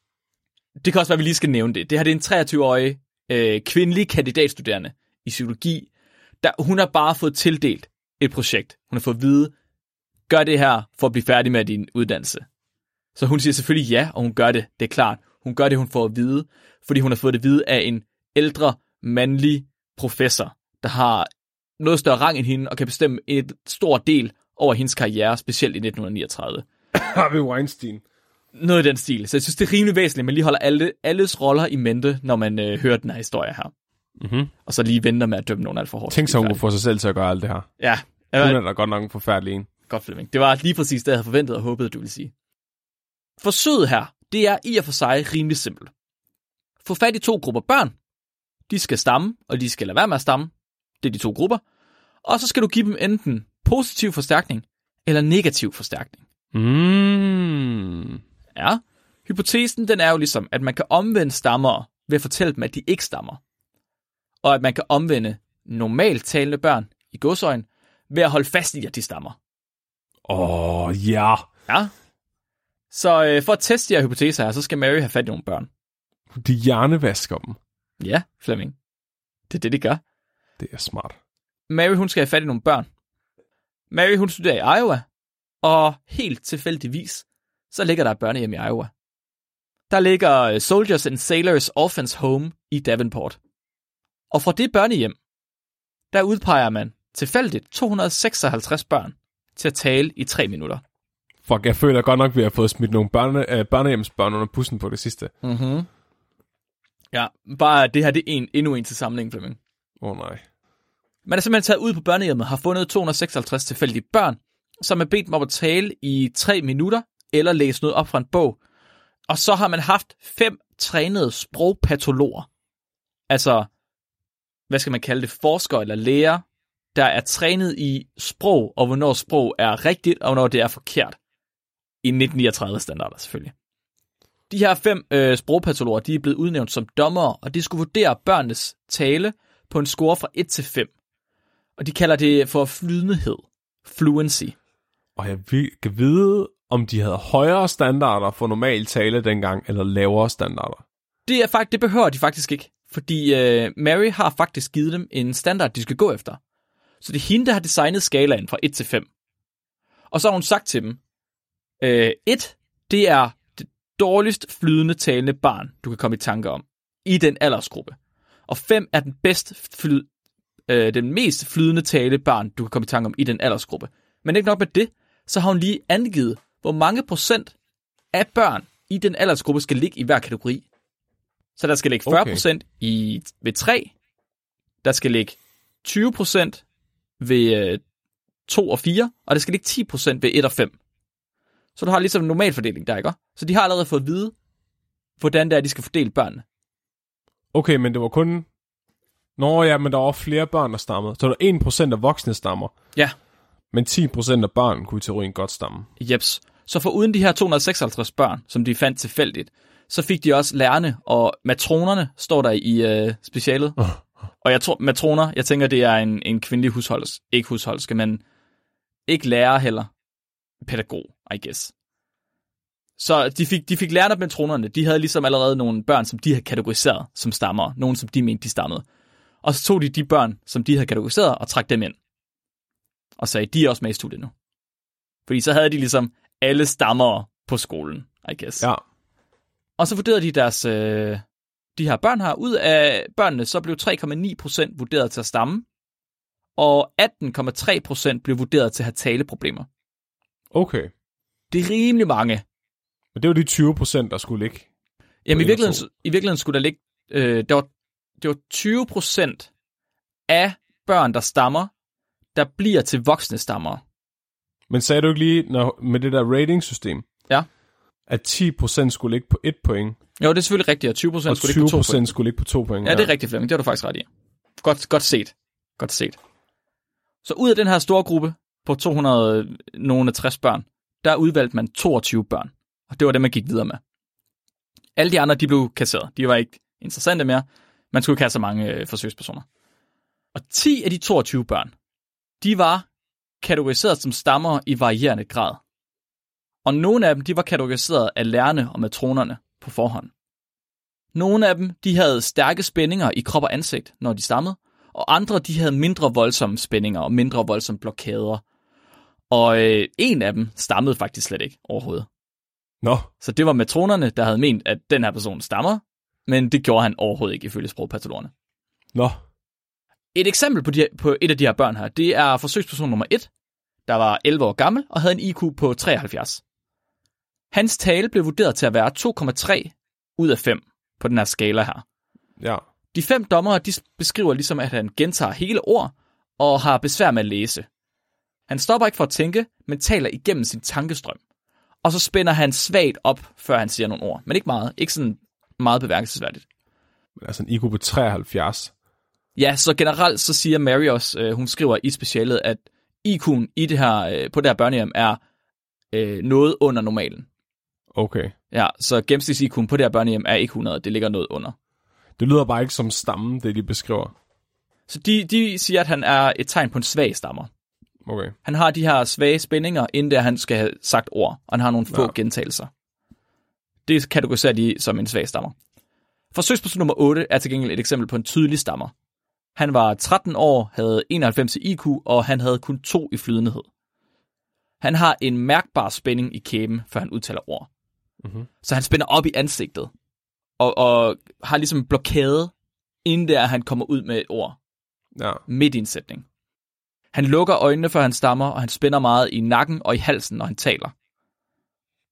Det kan også være, at vi lige skal nævne det. Det her det er en treogtyve-årig øh, kvindelig kandidatstuderende i psykologi. Der, hun har bare fået tildelt et projekt. Hun har fået at vide, gør det her for at blive færdig med din uddannelse. Så hun siger selvfølgelig ja, og hun gør det. Det er klart. Hun gør det, hun får at vide, fordi hun har fået det at vide af en ældre, mandlig professor, der har noget større rang end hende, og kan bestemme et stort del over hendes karriere, specielt i nitten niogtredive. Harvey Weinstein. Noget i den stil. Så jeg synes, det er rimelig væsentligt, at man lige holder alle, alles roller i mente, når man øh, hører den her historie her. Mm-hmm. Og så lige venter med at dømme nogen alt for hårdt. Tænk så, hun kunne få sig selv til at gøre alt det her. Ja. Hun er da godt nok en forfærdelig en. Godt, Flemming. Det var lige præcis det, jeg havde forventet og håbet, du ville sige. Forsøget her, det er i og for sig rimelig simpelt. Få fat i to grupper børn. De skal stamme, og de skal lade være med at stamme. Det er de to grupper. Og så skal du give dem enten positiv forstærkning eller negativ forstærkning. Mm. Ja. Hypotesen, den er jo ligesom, at man kan omvende stammere ved at fortælle dem, at de ikke stammer. Og at man kan omvende normalt talende børn i godsøjne ved at holde fast i, at de stammer. Åh, oh, ja. Ja. Så øh, for at teste de her hypoteser her, så skal Mary have fat i nogle børn. De hjernevasker dem. Ja, Flemming. Det er det, de gør. Det er smart. Mary, hun skal have fat i nogle børn. Mary, hun studerer i Iowa, og helt tilfældigvis, så ligger der et børnehjem i Iowa. Der ligger Soldiers and Sailors Orphans Home i Davenport. Og fra det børnehjem, der udpeger man tilfældigt to hundrede seksoghalvtreds børn til at tale i tre minutter. Fuck, jeg føler godt nok, at vi har fået smidt nogle børne, øh, børnehjemsbørn under bussen på det sidste. Mhm. Ja, bare det her, det er en, endnu en til sammenligning, Flemming. Åh oh, nej. Man er simpelthen taget ud på børnehjemmet, har fundet to hundrede seksoghalvtreds tilfældige børn, som er bedt dem om at tale i tre minutter, eller læse noget op fra en bog. Og så har man haft fem trænede sprogpatologer. Altså, hvad skal man kalde det, forskere eller læger, der er trænet i sprog, og hvornår sprog er rigtigt, og hvornår det er forkert. I nitten niogtredive standarder selvfølgelig. De her fem øh, sprogpatologer, de er blevet udnævnt som dommere, og de skulle vurdere børnenes tale på en score fra et til fem. Og de kalder det for flydenhed. Fluency. Og jeg kan vide, om de havde højere standarder for normal tale dengang, eller lavere standarder. Det, er fakt, det behøver de faktisk ikke, fordi øh, Mary har faktisk givet dem en standard, de skal gå efter. Så det er hende, der har designet skalaen fra et til fem. Og så har hun sagt til dem, øh, et, det er det dårligst flydende talende barn, du kan komme i tanke om, i den aldersgruppe. Og fem er den bedst flyd, øh, den mest flydende talende barn, du kan komme i tanke om i den aldersgruppe. Men ikke nok med det, så har hun lige angivet, hvor mange procent af børn i den aldersgruppe skal ligge i hver kategori. Så der skal ligge fyrre procent okay. i, ved tre, der skal ligge tyve procent ved øh, to og fire, og der skal ligge ti procent ved et og fem. Så du har ligesom en normal fordeling der, ikke? Så de har allerede fået at vide, hvordan det er, de skal fordele børnene. Okay, men det var kun... Nå ja, men der var flere børn, der stammede. Så der er en procent af voksne stammer. Ja. Men ti procent af børn kunne i teorien godt stamme. Jeps. Så for uden de her to hundrede seksoghalvtreds børn, som de fandt tilfældigt, så fik de også lærerne, og matronerne står der i øh, specialet. Oh. Og jeg tror, matroner, jeg tænker, det er en, en kvindelig husholds, ikke husholdske, men ikke lærer heller. Pædagog, I guess. Så de fik, de fik lærerne af matronerne, de havde ligesom allerede nogle børn, som de havde kategoriseret som stammer. Nogle, som de mente, de stammede. Og så tog de de børn, som de havde kategoriseret, og trak dem ind. Og sagde, de er også med i studiet nu. Fordi så havde de ligesom alle stammere på skolen, I guess. Ja. Og så vurderede de deres, øh, de her børn her. Ud af børnene, så blev tre komma ni procent vurderet til at stamme, og atten komma tre procent blev vurderet til at have taleproblemer. Okay. Det er rimelig mange. Men det var de tyve procent, der skulle ligge. Jamen i virkeligheden, i virkeligheden skulle der ligge, øh, det, var, det var tyve procent af børn, der stammer, der bliver til voksne stammer. Men sagde du ikke lige, når, med det der rating-system, ja, at ti procent skulle ligge på et point? Jo, det er selvfølgelig rigtigt, at tyve procent skulle ligge på to point. tyve procent skulle ligge på to point. Ja, det er rigtigt, Flemming. Det har du faktisk ret i. Godt, godt set. Godt set. Så ud af den her store gruppe på to hundrede nogle tres børn, der udvalgte man toogtyve børn. Og det var det, man gik videre med. Alle de andre, de blev kasseret. De var ikke interessante mere. Man skulle ikke have så mange øh, forsøgspersoner. Og ti af de toogtyve børn, de var kategoriseret som stammer i varierende grad. Og nogle af dem, de var kategoriseret af lærerne og matronerne på forhånd. Nogle af dem, de havde stærke spændinger i krop og ansigt, når de stammede, og andre, de havde mindre voldsomme spændinger og mindre voldsomme blokader. Og øh, en af dem stammede faktisk slet ikke overhovedet. Nå. Så det var matronerne, der havde ment, at den her person stammer, men det gjorde han overhovedet ikke ifølge sprogpatologerne. Nå. Et eksempel på, de, på et af de her børn her, det er forsøgsperson nummer et, der var elleve år gammel og havde en I Q på treoghalvfjerds. Hans tale blev vurderet til at være to komma tre ud af fem på den her skala her. Ja. De fem dommere, de beskriver ligesom, at han gentager hele ord og har besvær med at læse. Han stopper ikke for at tænke, men taler igennem sin tankestrøm. Og så spænder han svagt op, før han siger nogle ord. Men ikke meget. Ikke sådan meget bemærkelsesværdigt. Men altså en I Q på treoghalvfjerds. Ja, så generelt så siger Mary også, øh, hun skriver i specialet, at I Q'en i det her, øh, på det her børnehjem er øh, noget under normalen. Okay. Ja, så gennemsnits I Q'en på det her børnehjem er ikke hundrede, det ligger noget under. Det lyder bare ikke som stammen, det de beskriver. Så de, de siger, at han er et tegn på en svag stammer. Okay. Han har de her svage spændinger, inden der han skal have sagt ord, og han har nogle få ja. gentagelser. Det kategoriserer de som en svag stammer. Forsøgsperson nummer otte er til gengæld et eksempel på en tydelig stammer. Han var tretten år, havde enoghalvfems i I Q, og han havde kun to i flydenhed. Han har en mærkbar spænding i kæben, før han udtaler ord. Mm-hmm. Så han spænder op i ansigtet, og, og har ligesom blokade, inden der han kommer ud med et ord. Ja. Midt i en sætning. Han lukker øjnene, før han stammer, og han spænder meget i nakken og i halsen, når han taler.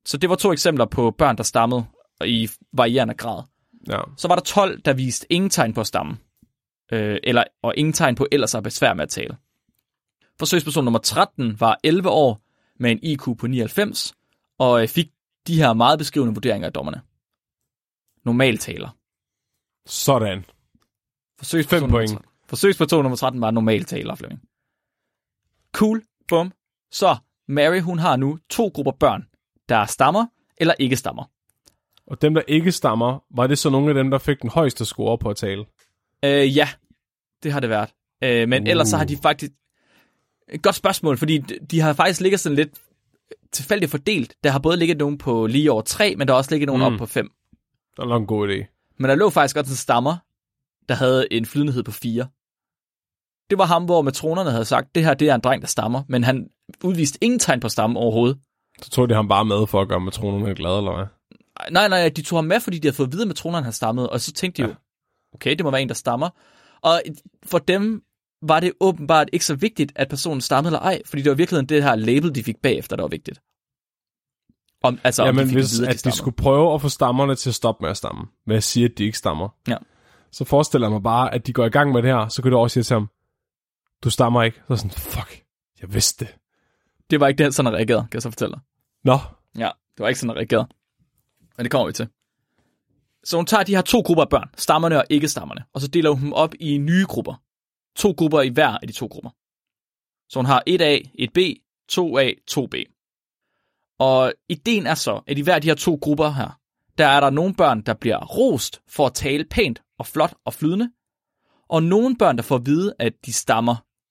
Så det var to eksempler på børn, der stammede i varierende grad. Ja. Så var der tolv, der viste ingen tegn på at stamme. Øh, eller, og ingen tegn på ellers at besvær med at tale. Forsøgsperson nummer tretten var elleve år med en I Q på nioghalvfems, og fik de her meget beskrivende vurderinger af dommerne. Normaltaler. Sådan. Forsøgsperson, nummer, Forsøgsperson nummer tretten var normaltaler, Flemming. Cool. Bum. Så Mary, hun har nu to grupper børn, der stammer eller ikke stammer. Og dem, der ikke stammer, var det så nogle af dem, der fik den højeste score på at tale? Øh, ja, det har det været. Øh, men uh. ellers så har de faktisk... Et godt spørgsmål, fordi de har faktisk ligget sådan lidt tilfældigt fordelt. Der har både ligget nogen på lige over tre, men der har også ligget nogen mm. op på fem. Det er nok en god idé. Men der lå faktisk også en stammer, der havde en flydenhed på fire. Det var ham, hvor matronerne havde sagt, det her det er en dreng, der stammer, men han udviste ingen tegn på stamme overhovedet. Så tog de ham bare med for at gøre matronerne glade, eller hvad? Nej, nej, de tog ham med, fordi de havde fået at vide, at matronerne havde stammet, og så tænkte de jo, ja. okay, det må være en, der stammer. Og for dem var det åbenbart ikke så vigtigt, at personen stammede eller ej, fordi det var virkelig det her label, de fik bagefter, der var vigtigt. Om, altså, ja, om men de fik hvis at vide, at, at de, de skulle prøve at få stammerne til at stoppe med at stamme, med at sige, at de ikke stammer, ja. så forestiller jeg mig bare, at de går i gang med det her, så kan du også sige til ham, du stammer ikke. Så sådan, fuck, jeg vidste det. Det var ikke det, sådan han reagerede, kan jeg så fortælle dig. Nå. Ja, det var ikke sådan han reagerede. Men det kommer vi til. Så hun tager de her to grupper af børn, stammerne og ikke-stammerne, og så deler hun dem op i nye grupper. To grupper i hver af de to grupper. Så hun har et A, et B, to A, to B. Og ideen er så, at i hver af de her to grupper her, der er der nogle børn, der bliver rost for at tale pænt og flot og flydende, og nogle børn, der får at vide, at de stammer.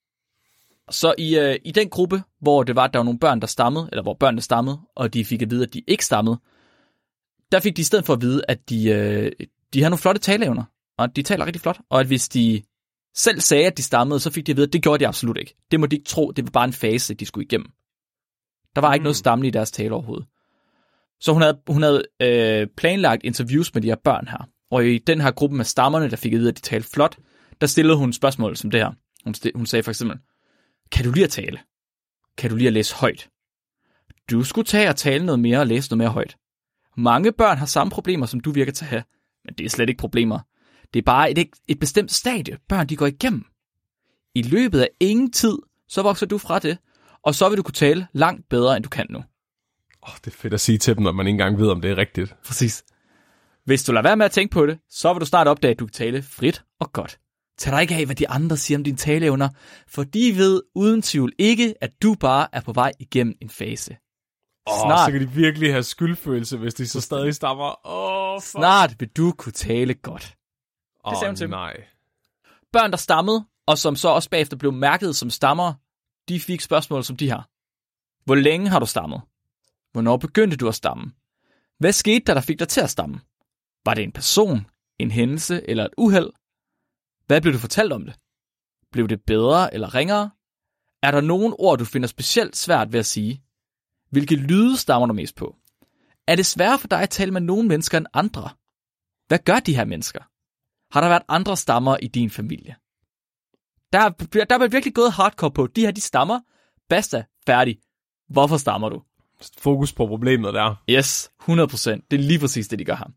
Så i, øh, i den gruppe, hvor det var, at der var nogle børn, der stammede, eller hvor børnene stammede, og de fik at vide, at de ikke stammede, der fik de i stedet for at vide, at de, øh, de har nogle flotte taleevner, og de taler rigtig flot, og at hvis de selv sagde, at de stammede, så fik de at vide, at det gjorde de absolut ikke. Det må de ikke tro, det var bare en fase, de skulle igennem. Der var mm. ikke noget stammende i deres tale overhovedet. Så hun havde, hun havde øh, planlagt interviews med de her børn her, og i den her gruppe med stammerne, der fik at vide, at de talte flot, der stillede hun spørgsmål som det her. Hun, st- hun sagde for eksempel, kan du lide at tale? Kan du lide at læse højt? Du skulle tage og tale noget mere og læse noget mere højt. Mange børn har samme problemer, som du virker til at have, men det er slet ikke problemer. Det er bare et, et bestemt stadie, børn de går igennem. I løbet af ingen tid, så vokser du fra det, og så vil du kunne tale langt bedre, end du kan nu. Åh, oh, det er fedt at sige til dem, når man ikke engang ved, om det er rigtigt. Præcis. Hvis du lader være med at tænke på det, så vil du snart opdage, at du kan tale frit og godt. Tag dig ikke af, hvad de andre siger om dine taleevner, for de ved uden tvivl ikke, at du bare er på vej igennem en fase. Åh, oh, så kan de virkelig have skyldfølelse, hvis de så stadig stammer. Åh, oh, snart vil du kunne tale godt. Åh, det sagde hun til nej. Børn, der stammede, og som så også bagefter blev mærket som stammer, de fik spørgsmål som de her. Hvor længe har du stammet? Hvornår begyndte du at stamme? Hvad skete der, der fik dig til at stamme? Var det en person, en hændelse eller et uheld? Hvad blev du fortalt om det? Blev det bedre eller ringere? Er der nogen ord, du finder specielt svært ved at sige? Hvilke lyde stammer du mest på? Er det sværere for dig at tale med nogle mennesker end andre? Hvad gør de her mennesker? Har der været andre stammer i din familie? Der, der er virkelig gået hardcore på. De her, de stammer. Basta, færdig. Hvorfor stammer du? Fokus på problemet der. Yes, hundrede procent. Det er lige præcis det, de gør her.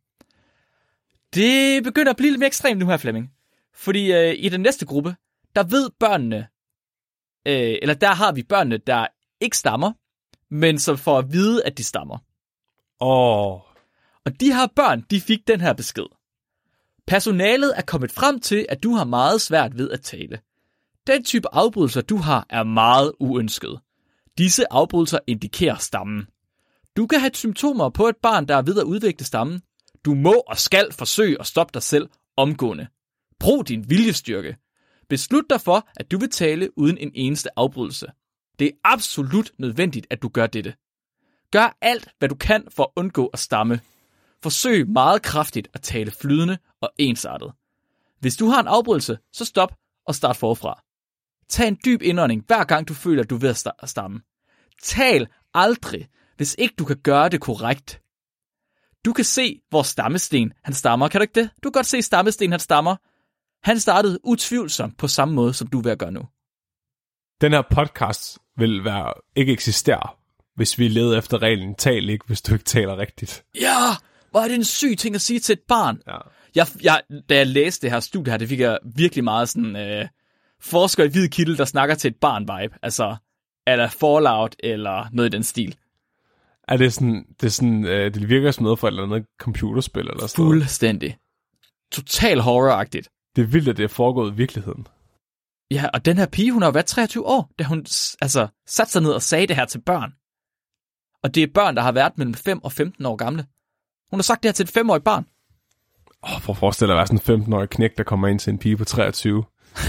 Det begynder at blive lidt mere ekstremt nu her, Flemming. Fordi øh, i den næste gruppe, der ved børnene, øh, eller der har vi børnene, der ikke stammer, men som får at vide, at de stammer. Åh. Oh. Og de her børn, de fik den her besked. Personalet er kommet frem til, at du har meget svært ved at tale. Den type afbrydelser, du har, er meget uønsket. Disse afbrydelser indikerer stammen. Du kan have symptomer på et barn, der er ved at udvikle stammen. Du må og skal forsøge at stoppe dig selv omgående. Brug din viljestyrke. Beslut dig for, at du vil tale uden en eneste afbrydelse. Det er absolut nødvendigt, at du gør dette. Gør alt, hvad du kan for at undgå at stamme. Forsøg meget kraftigt at tale flydende og ensartet. Hvis du har en afbrydelse, så stop og start forfra. Tag en dyb indånding, hver gang du føler, at du er ved at stamme. Tal aldrig, hvis ikke du kan gøre det korrekt. Du kan se, hvor Stammesten han stammer. Kan du ikke det? Du kan godt se, Stammesten han stammer. Han startede utvivlsomt på samme måde, som du er ved at gøre nu. Den her podcast vil være ikke eksistere, hvis vi leder efter reglen, tal ikke, hvis du ikke taler rigtigt. Ja, hvor er det en syg ting at sige til et barn. Ja. Jeg, jeg, da jeg læste det her studie her, det fik jeg virkelig meget sådan, øh, forsker i hvid kittel, der snakker til et barn-vibe. Altså, eller Fallout, eller noget i den stil. Er det sådan, det, er sådan, øh, det virker som noget for et eller andet computerspil, eller sådan noget? Fuldstændig. Total horror-agtigt. Det er vildt, at det er foregået i virkeligheden. Ja, og den her pige, hun har været treogtyve år, da hun altså, satte sig ned og sagde det her til børn. Og det er børn, der har været mellem fem og femten år gamle. Hun har sagt det her til et femårigt barn. Åh, oh, for at forestille dig at være sådan en femten-årig knæk, der kommer ind til en pige på treogtyve,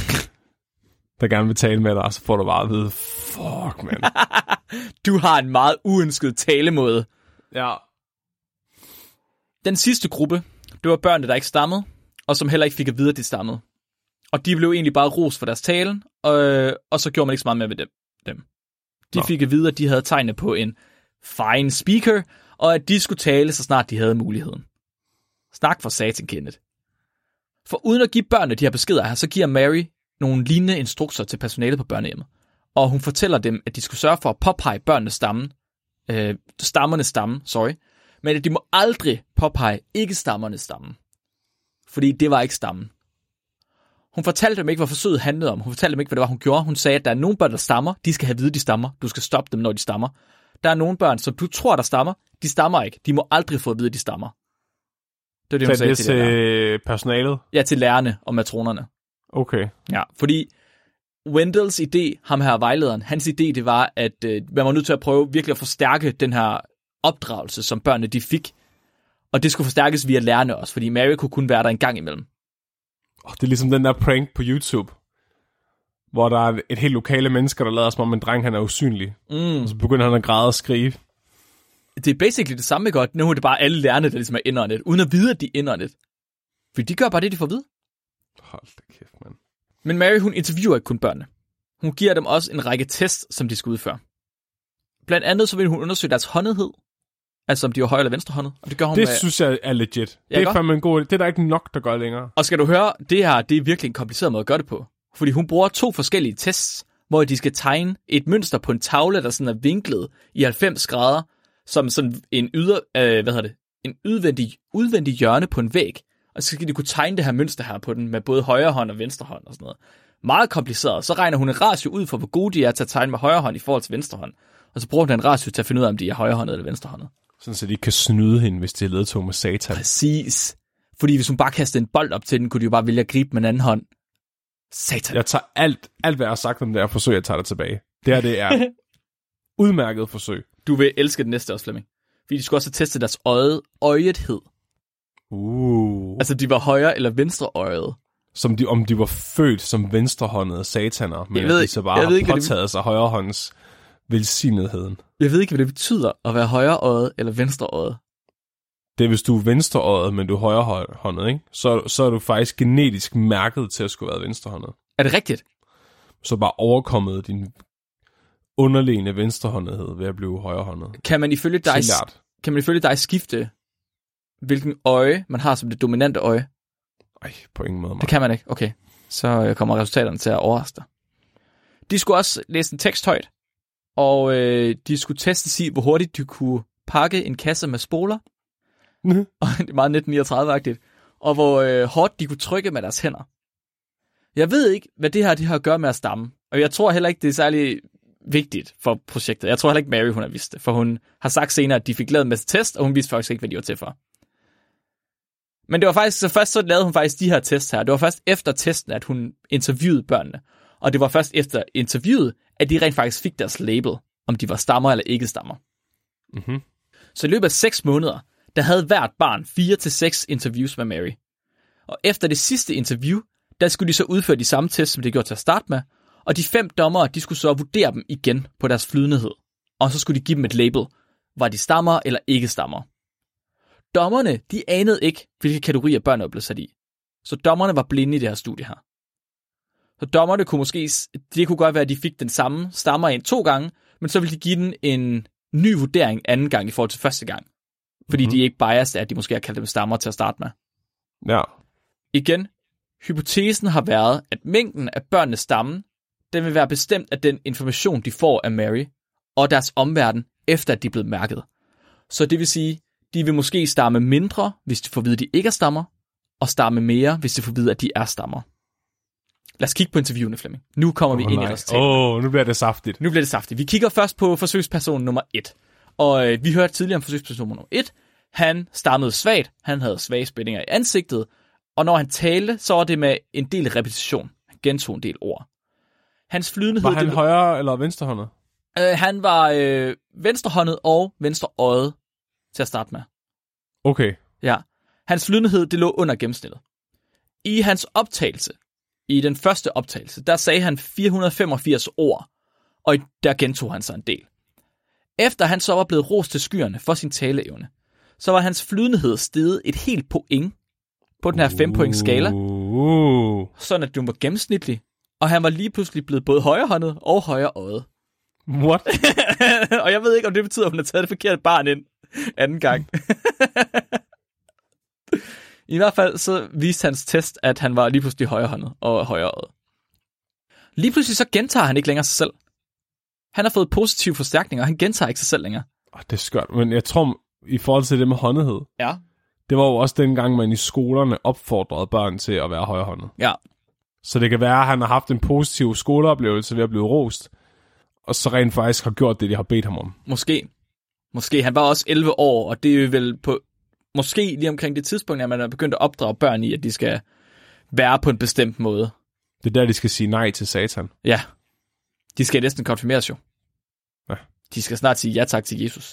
der gerne vil tale med dig, og så får du bare at vide, fuck, man. Du har en meget uønsket talemåde. Ja. Den sidste gruppe, det var børnene, der ikke stammede, og som heller ikke fik at vide, at de stammede. Og de blev egentlig bare ros for deres talen, og, og så gjorde man ikke så meget mere ved dem. dem. De Nå. fik at vide, at de havde tegnet på en fine speaker, og at de skulle tale, så snart de havde muligheden. Snak for satan, Kenneth. For uden at give børnene de her beskeder her, så giver Mary nogle lignende instrukser til personalet på børnehjemmet. Og hun fortæller dem, at de skulle sørge for at påpege børnenes stammen, øh, stammernes stamme, sorry, men at de må aldrig påpege ikke-stammernes stamme. Fordi det var ikke stammen. Hun fortalte dem ikke, hvad forsøget handlede om. Hun fortalte dem ikke, hvad det var, hun gjorde. Hun sagde, at der er nogle børn, der stammer. De skal have vide, de stammer. Du skal stoppe dem, når de stammer. Der er nogle børn, som du tror, der stammer. De stammer ikke. De må aldrig få at vide, at de stammer. Det er det, hun sagde til det personalet? Ja, til lærerne og matronerne. Okay. Ja, fordi Wendells idé, ham her vejlederen, hans idé, det var, at øh, man var nødt til at prøve virkelig at forstærke den her opdragelse, som børnene de fik. Og det skulle forstærkes via lærerne også, fordi Mary kunne kun være der en gang imellem. Oh, det er ligesom den der prank på YouTube, hvor der er et helt lokale mennesker, der lader som om en dreng, han er usynlig. Mm. Og så begynder han at græde og skrive. Det er basically det samme godt. Nu er det bare alle lærerne, der ligesom er indåndet, uden at vide, at de er indåndet. For de gør bare det, de får at vide. Hold da kæft, mand. Men Mary, hun interviewer ikke kun børnene. Hun giver dem også en række tests, som de skal udføre. Blandt andet så vil hun undersøge deres håndethed. Altså om de er højre eller venstrehåndet. Og det gør hun det med... synes jeg er legit. Ja, det er fandme en god... Det er der ikke nok, der gør længere. Og skal du høre, det her det er virkelig en kompliceret måde at gøre det på. Fordi hun bruger to forskellige tests, hvor de skal tegne et mønster på en tavle, der sådan er vinklet i halvfems grader, som sådan en yder... Øh, hvad hedder det? En udvendig, udvendig hjørne på en væg. Og så skal de kunne tegne det her mønster her på den med både højre hånd og venstre hånd og sådan noget. Meget kompliceret. Så regner hun en ratio ud for, hvor gode de er til at tegne med højre hånd i forhold til venstre hånd. Og så bruger hun en ratio til at finde ud af, om de er højrehåndet eller venstrehåndet. Sådan, så de ikke kan snyde hende, hvis det er ledtog med satan. Præcis. Fordi hvis hun bare kaster en bold op til den, kunne de jo bare vælge at gribe med en anden hånd. Satan. Jeg tager alt, alt hvad jeg har sagt om det her forsøg, jeg tager det tilbage. Det her, det er udmærket forsøg. Du vil elske det næste også, Flemming. Fordi de skulle også teste deres øje, øjethed. Uh. Altså, de var højre eller venstre øjet. Som de, om de var født som venstrehåndede sataner, men ved, de så bare har ikke, påtaget det... sig højrehånds velsignetheden. Jeg ved ikke, hvad det betyder at være højreøjet eller venstreøjet. Det er, hvis du er venstreøjet, men du er højrehåndet, ikke? Så, så er du faktisk genetisk mærket til at skulle være venstrehåndet. Er det rigtigt? Så bare overkommet din underliggende venstrehåndethed ved at blive højrehåndet. Kan man ifølge dig, kan man ifølge dig skifte, hvilken øje man har som det dominante øje? Ej, på ingen måde. Man. Det kan man ikke. Okay. Så kommer resultaterne til at overraske dig. De skulle også læse en tekst højt, og øh, de skulle teste sig, hvor hurtigt de kunne pakke en kasse med spoler. Mm. Og det er meget nitten niogtredive-agtigt. Og hvor øh, hårdt de kunne trykke med deres hænder. Jeg ved ikke, hvad det her de har at gøre med at stamme. Og jeg tror heller ikke, det er særlig vigtigt for projektet. Jeg tror heller ikke, Mary hun har vidst det. For hun har sagt senere, at de fik lavet en masse test, og hun vidste faktisk ikke, hvad de var til for. Men det var faktisk, så først så lavede hun faktisk de her tests her. Det var først efter testen, at hun interviewede børnene. Og det var først efter interviewet, at de rent faktisk fik deres label, om de var stammer eller ikke stammer. Mm-hmm. Så i løbet af seks måneder, der havde hvert barn fire til seks interviews med Mary. Og efter det sidste interview, der skulle de så udføre de samme tests, som de gjorde til at starte med. Og de fem dommere, de skulle så vurdere dem igen på deres flydenhed. Og så skulle de give dem et label. Var de stammer eller ikke stammer? Dommerne, de anede ikke, hvilke kategorier børnene blev sat i. Så dommerne var blinde i det her studie her. Så dommerne kunne måske, det kunne godt være, at de fik den samme stammer ind to gange, men så ville de give den en ny vurdering anden gang i forhold til første gang. Fordi mm-hmm. de er ikke biased af, at de måske har kaldt dem stammer til at starte med. Ja. Igen, hypotesen har været, at mængden af børnenes stamme, den vil være bestemt af den information, de får af Mary, og deres omverden efter at de er blevet mærket. Så det vil sige, de vil måske stamme mindre, hvis de får at vide, at de ikke er stammer, og stamme mere, hvis de får at vide, at de er stammer. Lad os kigge på interviewene, Flemming. Nu kommer vi oh, ind nej. i vores tale. Åh, oh, nu bliver det saftigt. Nu bliver det saftigt. Vi kigger først på forsøgsperson nummer et. Og øh, vi hørte tidligere om forsøgsperson nummer et. Han stammede svagt. Han havde svage spændinger i ansigtet. Og når han talte, så var det med en del repetition. Han gentog en del ord. Hans flydenhed... Var han det, højre eller venstrehåndet? Øh, han var øh, venstrehåndet og venstreøjet til at starte med. Okay. Ja. Hans flydenhed, det lå under gennemsnittet. I hans optagelse, i den første optagelse, der sagde han fire hundrede femogfirs ord, og der gentog han sig en del. Efter han så var blevet rost til skyerne for sin taleevne, så var hans flydenhed steget et helt point på den her fem-points skala, Uh. sådan at du var gennemsnitlig, og han var lige pludselig blevet både højrehåndet og højreøjet. What? Og jeg ved ikke, om det betyder, at hun har taget det forkerte barn ind anden gang. I hvert fald så viste hans test, at han var lige pludselig højrehåndet og højreøjet. Lige pludselig så gentager han ikke længere sig selv. Han har fået positive forstærkninger, og han gentager ikke sig selv længere. Oh, det er skørt, men jeg tror, i forhold til det med håndhed, Ja. det var jo også dengang, man i skolerne opfordrede børn til at være højrehåndet. Ja. Så det kan være, at han har haft en positiv skoleoplevelse ved at blive rost, og så rent faktisk har gjort det, de har bedt ham om. Måske. Måske. Han var også elleve år, og det er vel på... Måske lige omkring det tidspunkt, at man er begyndt at opdrage børn i, at de skal være på en bestemt måde. Det er der, de skal sige nej til satan. Ja. De skal næsten konfirmeres jo. Ja. De skal snart sige ja tak til Jesus.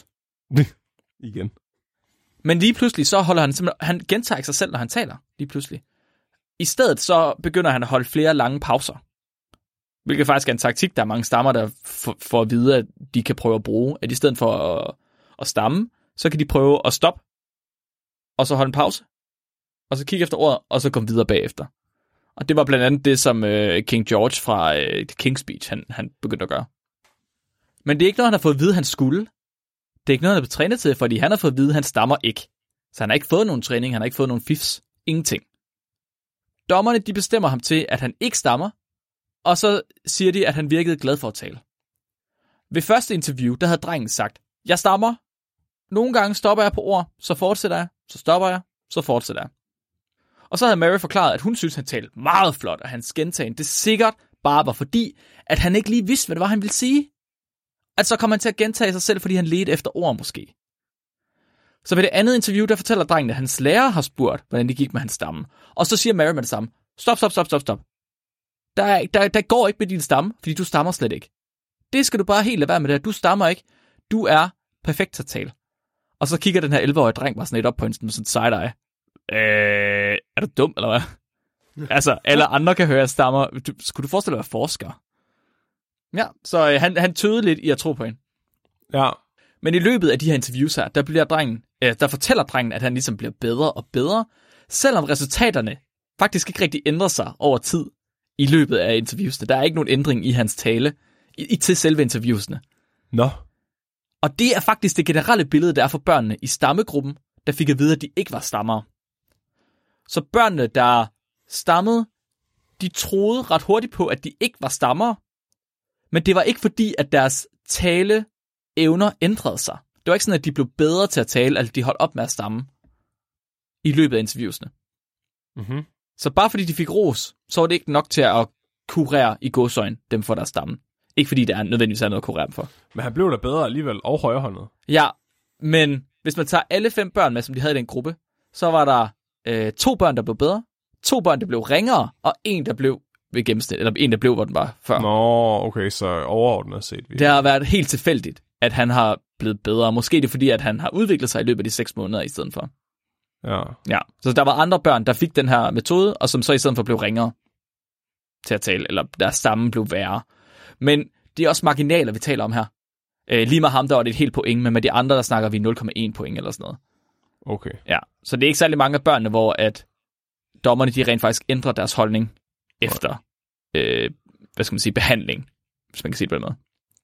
Igen. Men lige pludselig så holder han simpelthen... Han gentager ikke sig selv, når han taler. Lige pludselig. I stedet så begynder han at holde flere lange pauser. Hvilket faktisk er en taktik, der er mange stammer, der får at vide, at de kan prøve at bruge. At i stedet for at, at stamme, så kan de prøve at stoppe. Og så holde en pause. Og så kigge efter ordet, og så komme videre bagefter. Og det var blandt andet det, som øh, King George fra øh, King's Speech, han, han begyndte at gøre. Men det er ikke noget, han har fået at vide, han skulle. Det er ikke noget, han er blevet trænet til, fordi han har fået at vide, han stammer ikke. Så han har ikke fået nogen træning, han har ikke fået nogen fifs. Ingenting. Dommerne, de bestemmer ham til, at han ikke stammer, og så siger de, at han virkede glad for at tale. Ved første interview, der havde drengen sagt, jeg stammer. Nogle gange stopper jeg på ord, så fortsætter jeg, så stopper jeg, så fortsætter jeg. Og så havde Mary forklaret, at hun synes, han talte meget flot, og hans gentagen, det sikkert bare var fordi, at han ikke lige vidste, hvad det var, han ville sige. At så kom han til at gentage sig selv, fordi han ledte efter ord måske. Så ved det andet interview, der fortæller drengen, at hans lærer har spurgt, hvordan det gik med hans stamme. Og så siger Mary med det samme, stop, stop, stop, stop, stop. Der, der, der går ikke med din stamme, fordi du stammer slet ikke. Det skal du bare helt lade være med det. Du stammer ikke. Du er perfekt til at tale. Og så kigger den her elleve-årige dreng bare sådan lidt op på en sådan side-eye. Øh, er du dum, eller hvad? Altså, alle andre kan høre, at jeg stammer. Du, skulle du forestille dig at være forsker? Ja, så øh, han, han tøvede lidt i at tro på hende. Ja. Men i løbet af de her interviews her, der, bliver drengen, øh, der fortæller drengen, at han ligesom bliver bedre og bedre, selvom resultaterne faktisk ikke rigtig ændrer sig over tid i løbet af interviewsene. Der er ikke nogen ændring i hans tale i, i til selve interviewsene. Nå. Og det er faktisk det generelle billede, der er for børnene i stammegruppen, der fik at vide, at de ikke var stammere. Så børnene, der stammede, de troede ret hurtigt på, at de ikke var stammere, men det var ikke fordi, at deres taleevner ændrede sig. Det var ikke sådan, at de blev bedre til at tale, eller de holdt op med at stamme i løbet af interviewsene. Mhm. Så bare fordi de fik ros, så var det ikke nok til at kurere i gåseøjne dem for deres stamme. Ikke fordi der er nødvendigvis er noget at kurere dem for. Men han blev da bedre alligevel, og højrehåndet. Ja, men hvis man tager alle fem børn med, som de havde i den gruppe, så var der øh, to børn, der blev bedre, to børn, der blev ringere, og en, der blev ved gennemsnit, eller en, der blev, hvor den var før. Nå, okay, så overordnet set. Vi. Det har været helt tilfældigt, at han har blevet bedre. Måske det er fordi, at han har udviklet sig i løbet af de seks måneder i stedet for. Ja. Ja, så der var andre børn, der fik den her metode, og som så i stedet for blev ringere til at tale, eller deres stamme blev værre. Men det er også marginaler, vi taler om her. Øh, lige med ham, der var det et helt point, men med de andre, der snakker vi nul komma en point eller sådan noget. Okay. Ja, så det er ikke særlig mange af børnene, hvor at dommerne, de rent faktisk ændrer deres holdning efter, øh, hvad skal man sige, behandling, hvis man kan sige det på den måde.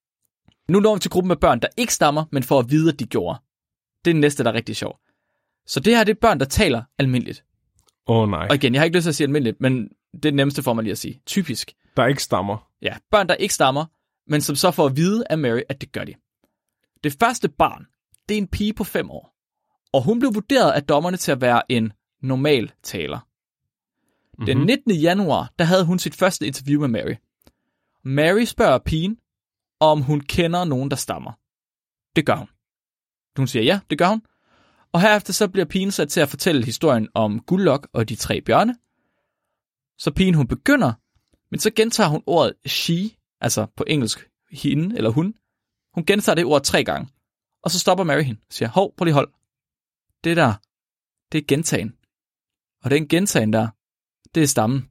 Nu når vi til gruppen med børn, der ikke stammer, men får at vide, at de gjorde. Det er den næste, der er rigtig sjov. Så det her, det er børn, der taler almindeligt. Åh oh, nej. Og igen, jeg har ikke lyst til at sige almindeligt, men det er det nemmeste for mig lige at sige. Typisk. Der ikke stammer. Ja, børn, der ikke stammer, men som så får at vide af Mary, at det gør de. Det første barn, det er en pige på fem år. Og hun blev vurderet af dommerne til at være en normal taler. Mm-hmm. Den nittende januar, der havde hun sit første interview med Mary. Mary spørger pigen, om hun kender nogen, der stammer. Det gør hun. Hun siger ja, det gør hun. Og herefter så bliver pigen sat til at fortælle historien om Guldlok og de tre bjørne. Så pigen hun begynder, men så gentager hun ordet she, altså på engelsk hende eller hun. Hun gentager det ord tre gange. Og så stopper Mary hende og siger, hov, prøv lige hold. Det der, det er gentagen. Og den gentagen der, det er stammen.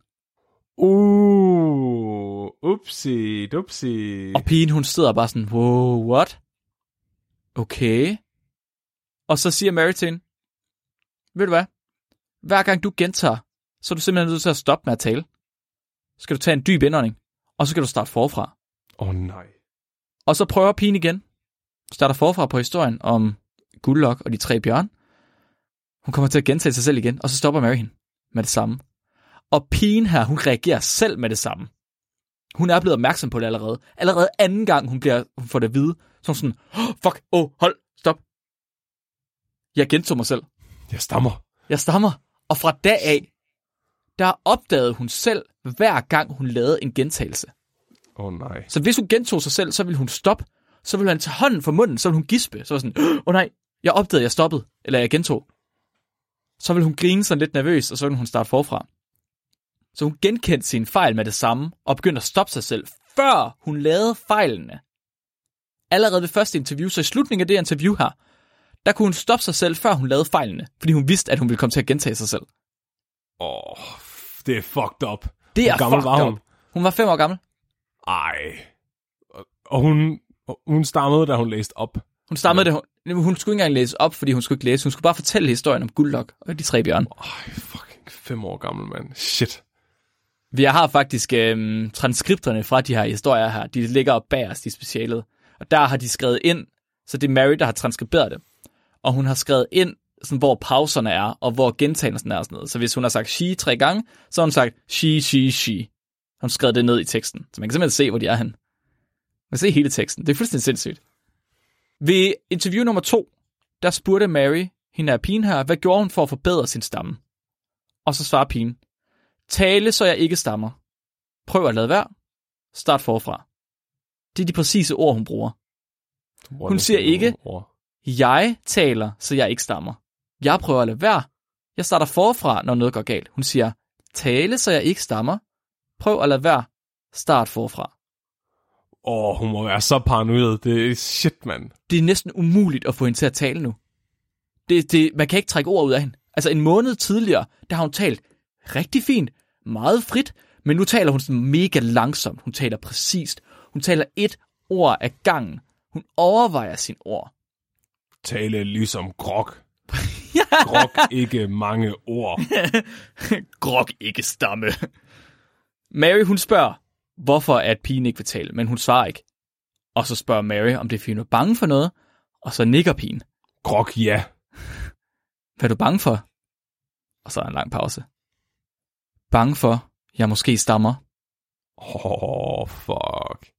Uh, upsi, dupsi. Og pigen, hun sidder bare sådan, wow, what? Okay. Og så siger Mary til hende, ved du hvad? Hver gang du gentager, så er du simpelthen nødt til at stoppe med at tale. Så skal du tage en dyb indånding, og så skal du starte forfra. Åh oh, nej. Og så prøver pigen igen. Starter forfra på historien om Guldlok og de tre bjørn. Hun kommer til at gentage sig selv igen, og så stopper Mary hende med det samme. Og pigen her, hun reagerer selv med det samme. Hun er blevet opmærksom på det allerede. Allerede anden gang, hun, bliver, hun får det at vide. Så sådan, oh, fuck, oh, hold, stop. Jeg gentog mig selv. Jeg stammer. Jeg stammer. Og fra dag af, der opdagede hun selv, hver gang hun lavede en gentagelse. Åh oh, nej. Så hvis hun gentog sig selv, så ville hun stoppe. Så ville han tage hånden fra munden, så ville hun gispe. Så var sådan, åh oh, nej, jeg opdagede, jeg stoppede. Eller jeg gentog. Så ville hun grine sådan lidt nervøs, og så ville hun starte forfra. Så hun genkendte sin fejl med det samme, og begyndte at stoppe sig selv, før hun lavede fejlene. Allerede ved første interview, så i slutningen af det interview her, der kunne hun stoppe sig selv, før hun lavede fejlene, fordi hun vidste, at hun ville komme til at gentage sig selv. Åh, oh, det er fucked up. Det er Hvor gammel fucked var hun? Up. Hun var fem år gammel. Ej. Og hun, hun stammede, da hun læste op. Hun stammede ja. det. Hun, hun skulle ikke engang læse op, fordi hun skulle ikke læse. Hun skulle bare fortælle historien om Guldlok og de tre bjørne. Ej, fucking fem år gammel, mand. Shit. Vi har faktisk øhm, transkripterne fra de her historier her. De ligger op bag os, de specialet. Og der har de skrevet ind, så det er Mary, der har transkriberet det. Og hun har skrevet ind, sådan, hvor pauserne er, og hvor gentagelsen er og sådan noget. Så hvis hun har sagt she tre gange, så har hun sagt she, she, she. Hun har skrevet det ned i teksten, så man kan simpelthen se, hvor de er hen. Man kan se hele teksten. Det er fuldstændig sindssygt. Ved interview nummer to, der spurgte Mary, hende er pigen her, hvad gjorde hun for at forbedre sin stamme? Og så svarer pigen, tale, så jeg ikke stammer. Prøv at lade være. Start forfra. Det er de præcise ord, hun bruger. Hun siger ikke, jeg taler, så jeg ikke stammer. Jeg prøver at lade være. Jeg starter forfra, når noget går galt. Hun siger, tale, så jeg ikke stammer. Prøv at lade være. Start forfra. Åh, oh, hun må være så paranoid. Det er shit, mand. Det er næsten umuligt at få hende til at tale nu. Det, det, man kan ikke trække ord ud af hende. Altså en måned tidligere, der har hun talt rigtig fint, meget frit, men nu taler hun sådan mega langsomt. Hun taler præcist. Hun taler et ord ad gangen. Hun overvejer sin ord. Tale ligesom grog. Grog ikke mange ord. Grog ikke stamme. Mary, hun spørger, hvorfor at pigen ikke vil tale, men hun svarer ikke. Og så spørger Mary, om det er fordi hun er bange for noget, og så nikker pigen. Grog, ja. Hvad er du bange for? Og så er en lang pause. Bange for, jeg måske stammer. Åh, oh, fuck.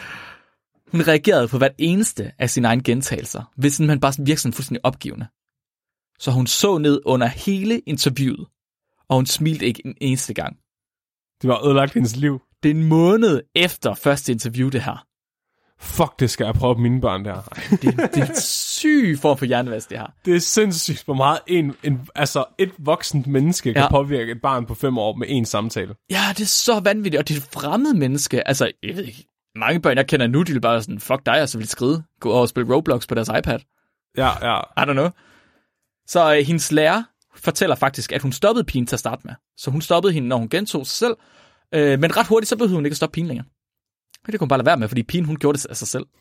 Hun reagerede på hvert eneste af sine egne gentagelser, hvis man bare virkede sådan fuldstændig opgivende. Så hun så ned under hele interviewet, og hun smilte ikke en eneste gang. Det var ødelagt hendes liv. Det er en måned efter første interview, det her. Fuck, det skal jeg prøve på mine børn der. det, det er en syg form for hjernevask, det her. Det er sindssygt, hvor meget en, en, altså et voksent menneske kan ja. påvirke et barn på fem år med en samtale. Ja, det er så vanvittigt, og det er et fremmed menneske. Altså, jeg ved ikke, mange børn, jeg kender nu, de vil bare sådan, fuck dig, og så vil de skride. Gå over og spille Roblox på deres iPad. Ja, ja. I don't know. Så øh, hendes lærer fortæller faktisk, at hun stoppede pigen til at starte med. Så hun stoppede hende, når hun gentog sig selv. Øh, men ret hurtigt, så behøvede hun ikke at stoppe pigen længere. Og det kunne hun bare lade være med, fordi pigen, hun gjorde det af sig selv.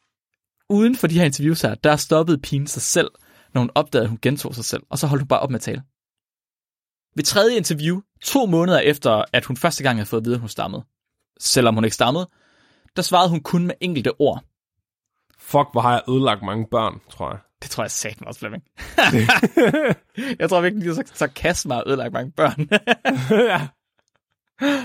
Uden for de her interviews her, der stoppede pigen sig selv, når hun opdagede, at hun gentog sig selv. Og så holdt hun bare op med at tale. Ved tredje interview, to måneder efter, at hun første gang havde fået at vide, at hun stammede, selvom hun ikke stammede, der svarede hun kun med enkelte ord. Fuck, hvor har jeg ødelagt mange børn, tror jeg. Det tror jeg satme også, Flemming. Jeg tror virkelig, at sarkasme har ødelagt mange børn. Ja.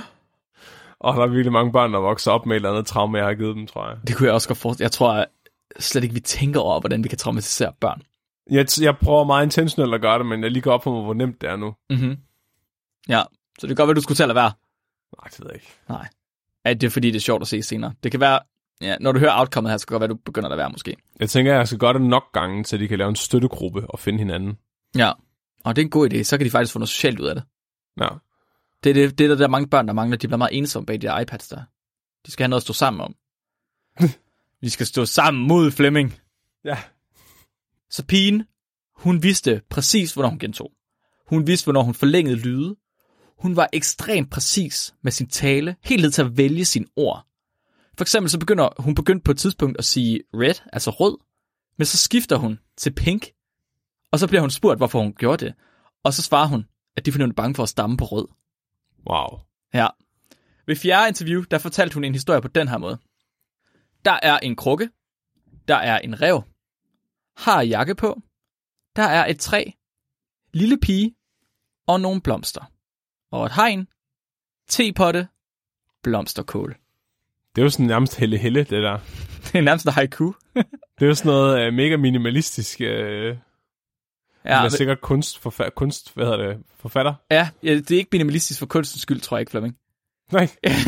Og der er virkelig mange børn, der vokser op med et eller andet traume, jeg har givet dem, tror jeg. Det kunne jeg også godt forestille. Jeg tror, slet ikke, vi tænker over, hvordan vi kan traumatisere børn. Jeg, jeg prøver meget intentionelt at gøre det, men jeg lige går op på mig, hvor nemt det er nu. Mm-hmm. Ja, så det kan godt være, du skulle til at lade være. Nej, det ved jeg ikke. Nej. Ja, det er fordi, det er sjovt at se senere. Det kan være, ja, når du hører outcomet her, så kan det godt være, du begynder at lade være måske. Jeg tænker, at jeg skal gøre det nok gange, så de kan lave en støttegruppe og finde hinanden. Ja, og det er en god idé. Så kan de faktisk få noget socialt ud af det. Ja. Det er det, det der, der er mange børn, der mangler. De bliver meget ensomme bag de der iPads der. De skal have noget at stå sammen om. Vi skal stå sammen mod Flemming. Ja. Så pigen, hun vidste præcis, hvornår hun gentog. Hun vidste, hvornår hun forlængede lyde. Hun var ekstremt præcis med sin tale, helt ned til at vælge sine ord. For eksempel så begynder hun begyndte på et tidspunkt at sige red, altså rød, men så skifter hun til pink, og så bliver hun spurgt, hvorfor hun gjorde det. Og så svarer hun, at de finder hun bange for at stamme på rød. Wow. Ja. Ved fjerde interview, der fortalte hun en historie på den her måde. Der er en krukke, der er en ræv, har jakke på, der er et træ, lille pige og nogle blomster. Og et hegn, tepotte, blomsterkål. Det er jo sådan nærmest helle helle, det der. Det er nærmest haiku. Det er jo sådan noget uh, mega minimalistisk. Uh, ja, det er sikkert kunst, forfa- kunst, hvad hedder det, forfatter. Ja, ja, det er ikke minimalistisk for kunstens skyld, tror jeg ikke, Flemming. Nej.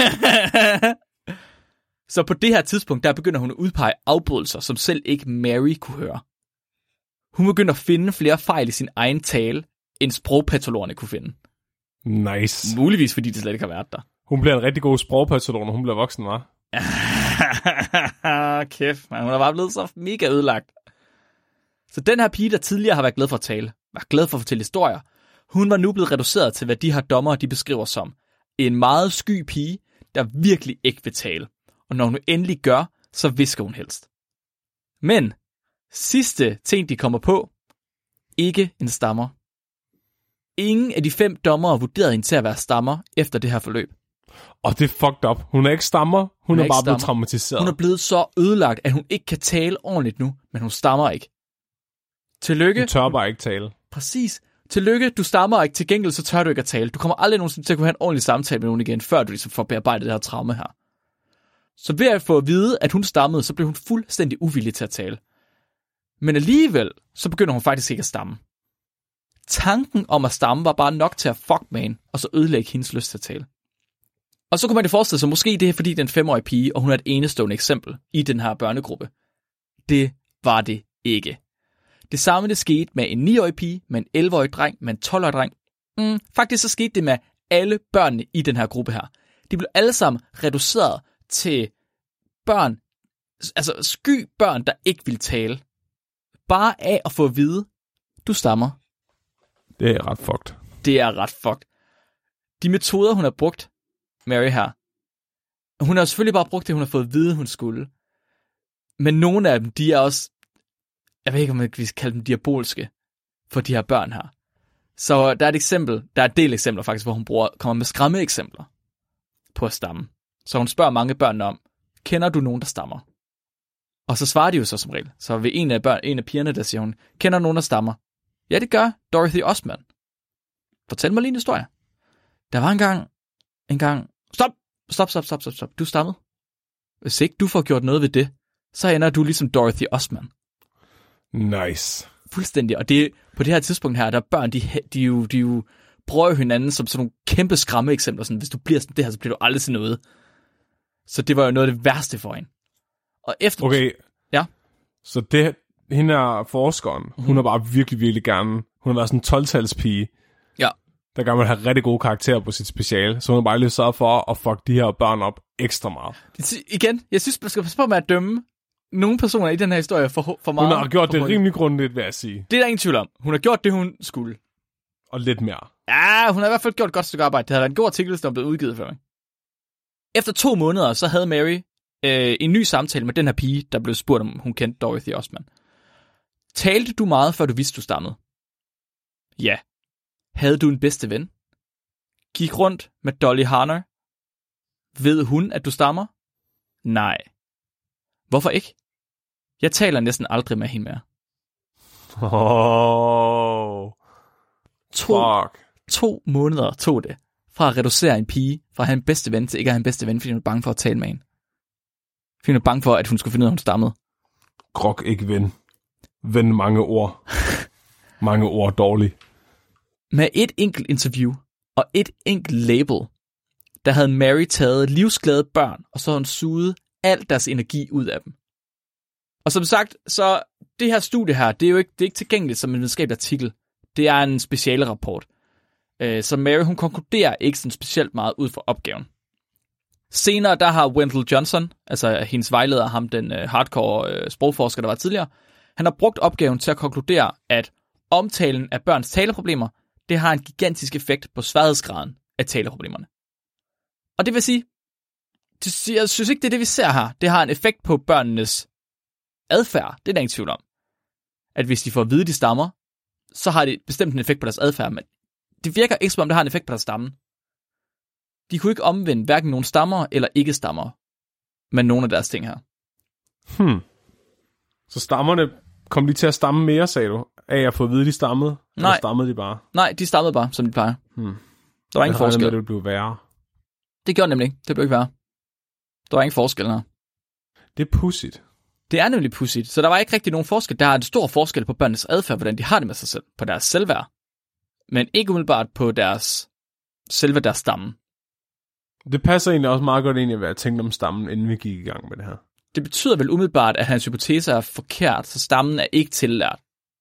Så på det her tidspunkt, der begynder hun at udpege afbrydelser, som selv ikke Mary kunne høre. Hun begynder at finde flere fejl i sin egen tale, end sprogpatologerne kunne finde. Nice. Muligvis, fordi det slet ikke har været der. Hun bliver en rigtig god sprogpatolog, når hun bliver voksen, hva'? Kæft, man. Hun er bare blevet så mega ødelagt. Så den her pige, der tidligere har været glad for at tale, var glad for at fortælle historier, hun var nu blevet reduceret til, hvad de her dommere, de beskriver som en meget sky pige, der virkelig ikke vil tale. Og når hun endelig gør, så visker hun helst. Men sidste ting, de kommer på, ikke en stammer. Ingen af de fem dommere vurderede hende til at være stammer efter det her forløb. Og det er fucked up. Hun er ikke stammer, hun, hun er, er bare stammer. blevet traumatiseret. Hun er blevet så ødelagt, at hun ikke kan tale ordentligt nu, men hun stammer ikke. Tillykke. Hun tør bare ikke tale. Præcis. Tillykke, du stammer ikke. Til gengæld så tør du ikke at tale. Du kommer aldrig nogensinde til at kunne have en ordentlig samtale med nogen igen, før du ligesom får bearbejdet det her traume her. Så ved at få at vide, at hun stammede, så blev hun fuldstændig uvillig til at tale. Men alligevel, så begynder hun faktisk ikke at stamme. Tanken om at stamme var bare nok til at fuck med hende, og så ødelægge hendes lyst til at tale. Og så kunne man det forestille sig, måske det er fordi den femårige pige, og hun er et enestående eksempel i den her børnegruppe. Det var det ikke. Det samme det skete med en niårig pige, med en elleve-årig dreng, med en tolv-årig dreng. Mm, faktisk så skete det med alle børnene i den her gruppe her. De blev alle sammen reduceret til børn, altså sky børn, der ikke vil tale. Bare af at få at vide, du stammer. Det er ret fucked. Det er ret fucked. De metoder, hun har brugt, Mary her, hun har selvfølgelig bare brugt det, hun har fået at vide, hun skulle. Men nogle af dem, de er også, jeg ved ikke, om man kan kalde dem diabolske, for de her børn her. Så der er et eksempel, der er et del eksempler faktisk, hvor hun bruger, kommer med skræmme eksempler på at stamme. Så hun spørger mange børn om, kender du nogen, der stammer? Og så svarer de jo så som regel. Så ved en af, børn, en af pigerne, der siger hun, kender nogen, der stammer? Ja, det gør Dorothy Osman. Fortæl mig lige en historie. Der var engang, en gang, stop, stop, stop, stop, stop, stop, du stammede. Hvis ikke du får gjort noget ved det, så ender du ligesom Dorothy Osman. Nice. Fuldstændig, og det på det her tidspunkt her, der er børn, de, de, jo, de jo prøver hinanden som sådan nogle kæmpe skræmme eksempler, sådan, hvis du bliver sådan det her, så bliver du aldrig til noget. Så det var jo noget af det værste for hende. Og efter... Okay, ja. Så det, hende er forskeren, mm-hmm. hun har bare virkelig, virkelig gerne, hun har været sådan en tolv-talspige, ja. der gerne vil have rigtig gode karakterer på sit speciale, så hun har bare lige sørget for at fuck de her børn op ekstra meget. Igen, jeg synes, man skal passe på med at dømme nogle personer i den her historie for, for meget. Hun har gjort det rimelig grundigt, vil jeg sige. Det er der ingen tvivl om. Hun har gjort det, hun skulle. Og lidt mere. Ja, hun har i hvert fald gjort et godt stykke arbejde. Det havde været en god artikel, hvis den blev udgivet før. Efter to måneder, så havde Mary øh, en ny samtale med den her pige, der blev spurgt, om hun kendte Dorothy Osman. Talte du meget, før du vidste, du stammede? Ja. Havde du en bedste ven? Gik rundt med Dolly Harner? Ved hun, at du stammer? Nej. Hvorfor ikke? Jeg taler næsten aldrig med hende mere. Oh. To, to måneder tog det, fra at reducere en pige, fra at have en bedste ven, til ikke at have en bedste ven, fordi hun var bange for at tale med hende. Fordi hun var bange for, at hun skulle finde ud af, at hun stammede. Grok ikke ven. Ven mange ord. mange ord dårligt. Med et enkelt interview og et enkelt label, der havde Mary taget livsglade børn, og så havde hun suget al deres energi ud af dem. Og som sagt, så det her studie her, det er jo ikke, det er ikke tilgængeligt som en videnskabelig artikel. Det er en speciale rapport. Så Mary, hun konkluderer ikke sådan specielt meget ud fra opgaven. Senere, der har Wendell Johnson, altså hendes vejleder, ham den hardcore sprogforsker, der var tidligere, han har brugt opgaven til at konkludere, at omtalen af børns taleproblemer, det har en gigantisk effekt på sværhedsgraden af taleproblemerne. Og det vil sige, jeg synes ikke, det er det, vi ser her. Det har en effekt på børnenes adfærd. Det er der ingen tvivl om. At hvis de får at vide, de stammer, så har det bestemt en effekt på deres adfærd, men det virker ikke som om, det har en effekt på deres stamme. De kunne ikke omvende hverken nogen stammer eller ikke stammer med nogle af deres ting her. Hmm. Så stammerne kom de til at stamme mere, sagde du, af at få at vide, de stammede? Nej. Eller stammede de bare? Nej, de stammede bare, som de plejer. Hmm. Der var ingen forskel. Med, det blev værre. Det gjorde nemlig ikke. Det blev ikke værre. Der var ingen forskel her. Det er pudsigt. Det er nemlig pudsigt. Så der var ikke rigtig nogen forskel. Der er en stor forskel på børnenes adfærd, hvordan de har det med sig selv. På deres selvværd. Men ikke umiddelbart på deres selve deres stamme. Det passer egentlig også meget godt ind i, hvad jeg tænkte om stammen, inden vi gik i gang med det her. Det betyder vel umiddelbart, at hans hypotese er forkert, så stammen er ikke tillært.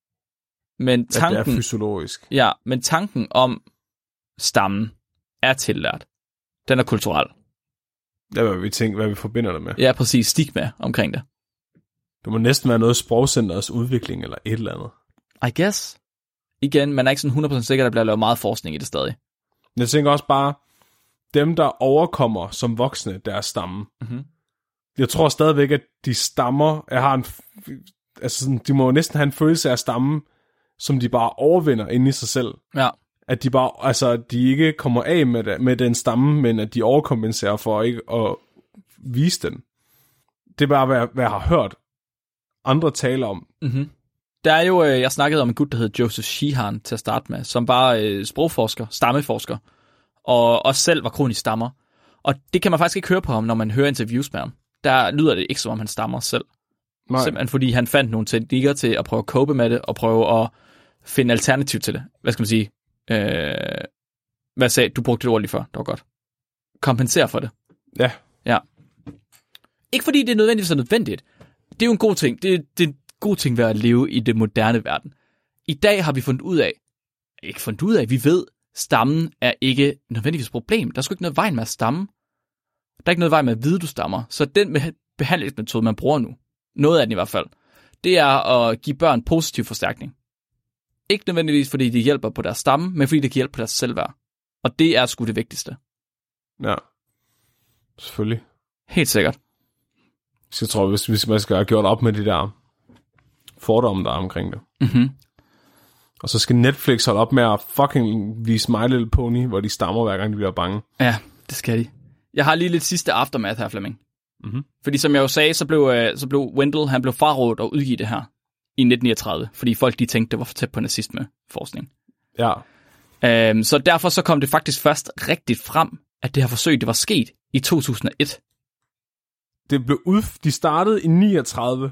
Men tanken, at det er fysiologisk. Ja, men tanken om stammen er tillært. Den er kulturel. Det er, hvad vi tænker, hvad vi forbinder det med. Ja, præcis. Stigma omkring det. Det må næsten være noget sprogcenterets udvikling, eller et eller andet. I guess. Igen, man er ikke sådan hundrede procent sikker, at der bliver lavet meget forskning i det stadig. Jeg tænker også bare, dem der overkommer som voksne deres stamme. Mm-hmm. Jeg tror stadigvæk, at de stammer, jeg har en, altså sådan, de må næsten have en følelse af stammen, som de bare overvinder inde i sig selv. Ja. At de bare, altså, at de ikke kommer af med, det, med den stamme, men at de overkompenserer for ikke at vise den. Det er bare, hvad, hvad jeg har hørt andre tale om. Mm-hmm. Der er jo, jeg snakkede om en gut, der hed Joseph Sheehan til at starte med, som bare øh, sprogforsker, stammeforsker, og også selv var kronisk stammer. Og det kan man faktisk ikke høre på ham, når man hører interviews med ham. Der lyder det ikke, som om han stammer selv. Nej. Simpelthen fordi han fandt nogle teknikker til at prøve at cope med det, og prøve at finde alternativ til det. Hvad skal man sige? Øh, hvad sagde du? Brugte det ord lige før. Det var godt. Kompensere for det. Ja. Ja. Ikke fordi det er nødvendigvis er nødvendigt. Det er jo en god ting. Det, det er en god ting ved at leve i det moderne verden. I dag har vi fundet ud af, ikke fundet ud af, vi ved, stammen er ikke nødvendigvis et problem. Der er sgu ikke noget vej med at stamme. Der er ikke noget vej med at vide, du stammer. Så den behandlingsmetode, man bruger nu, noget af den i hvert fald, det er at give børn positiv forstærkning. Ikke nødvendigvis, fordi de hjælper på deres stamme, men fordi det kan hjælpe på deres selvværd. Og det er sgu det vigtigste. Ja, selvfølgelig. Helt sikkert. Så jeg tror, hvis, hvis man skal have gjort op med de der fordomme, der er omkring det. Mm-hmm. Og så skal Netflix holde op med at fucking vise My Little Pony, hvor de stammer hver gang de bliver bange. Ja, det skal de. Jeg har lige lidt sidste aftermath her, Flemming. Mm-hmm. Fordi som jeg jo sagde, så blev, så blev Wendell, han blev frarådet at udgive det her i nitten niogtredive, fordi folk de tænkte, det var for tæt på nazisme-forskning. Ja. Øhm, så derfor så kom det faktisk først rigtigt frem, at det her forsøg, det var sket i to tusind og et. Det blev ud, de startede i niogtredive,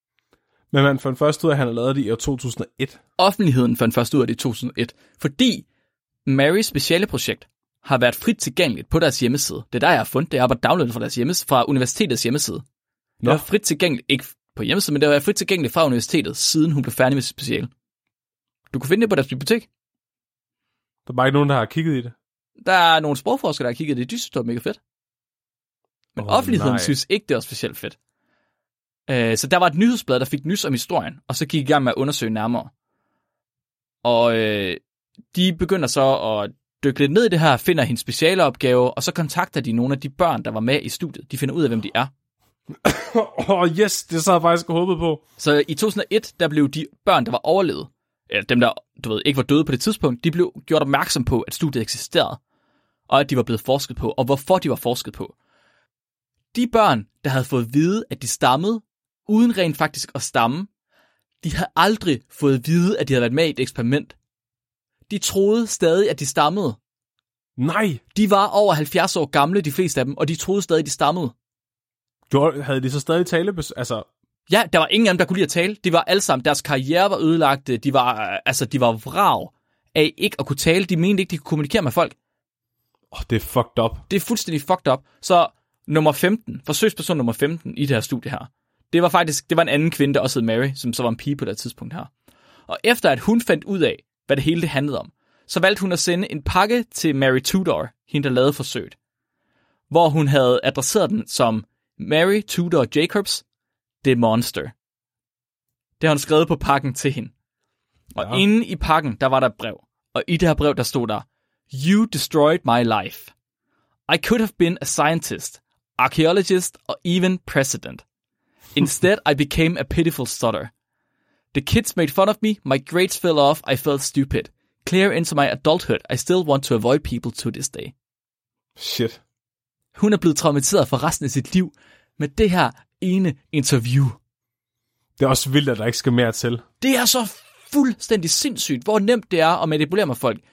men man fandt først ud af, at han havde lavet det i år to tusind og et. Offentligheden fandt først ud af det i to tusind og et, fordi Marys speciale projekt har været frit tilgængeligt på deres hjemmeside. Det er der, jeg har fundet det. Jeg har bare downloadet fra deres hjemmeside, fra universitetets hjemmeside. Det var frit tilgængeligt, ikke på hjemmesiden, men det var frit tilgængeligt fra universitetet, siden hun blev færdig med sit speciale. Du kunne finde det på deres bibliotek. Der er bare ikke nogen, der har kigget i det. Der er nogle sprogforskere, der har kigget i det. De synes, det var mega fedt. Men oh, offentligheden nej. synes ikke, det var specielt fedt. Uh, så der var et nyhedsblad, der fik nys om historien, og så gik i gang med at undersøge nærmere. Og uh, de begynder så at dykke lidt ned i det her, finder hendes specialeopgave, og så kontakter de nogle af de børn, der var med i studiet. De finder ud af, hvem de er. Åh, oh, yes, det så jeg faktisk håbet på. Så i to tusind og et, der blev de børn, der var overlevet, eller dem, der du ved, ikke var døde på det tidspunkt, de blev gjort opmærksom på, at studiet eksisterede, og at de var blevet forsket på, og hvorfor de var forsket på. De børn, der havde fået at vide, at de stammede, uden rent faktisk at stamme, de havde aldrig fået at vide, at de havde været med i et eksperiment. De troede stadig, at de stammede. Nej! De var over halvfjerds år gamle, de fleste af dem, og de troede stadig, at de stammede. Gjorde, havde de så stadig tale, altså Ja, der var ingen af dem, der kunne lide at tale. De var alle sammen, deres karriere var ødelagt. De var, altså, de var vrag af ikke at kunne tale. De mente ikke, de kunne kommunikere med folk. Åh, oh, det er fucked up. Det er fuldstændig fucked up. Så nummer femten, forsøgsperson nummer femten i det her studie her, det var faktisk, det var en anden kvinde, der også hed Mary, som så var en pige på det tidspunkt her. Og efter at hun fandt ud af, hvad det hele det handlede om, så valgte hun at sende en pakke til Mary Tudor, hende der lavede forsøget, hvor hun havde adresseret den som Mary Tudor Jacobs, The Monster. Det har hun skrevet på pakken til hende. Og ja. Inde i pakken, der var der et brev. Og i det her brev, der stod der, You destroyed my life. I could have been a scientist, archaeologist, or even president. Instead, I became a pitiful stutter. The kids made fun of me, my grades fell off, I felt stupid. Clear into my adulthood, I still want to avoid people to this day. Shit. Hun er blevet traumatiseret for resten af sit liv med det her ene interview. Det er også vildt, at der ikke skal mere til. Det er så fuldstændig sindssygt, hvor nemt det er at manipulere med folk.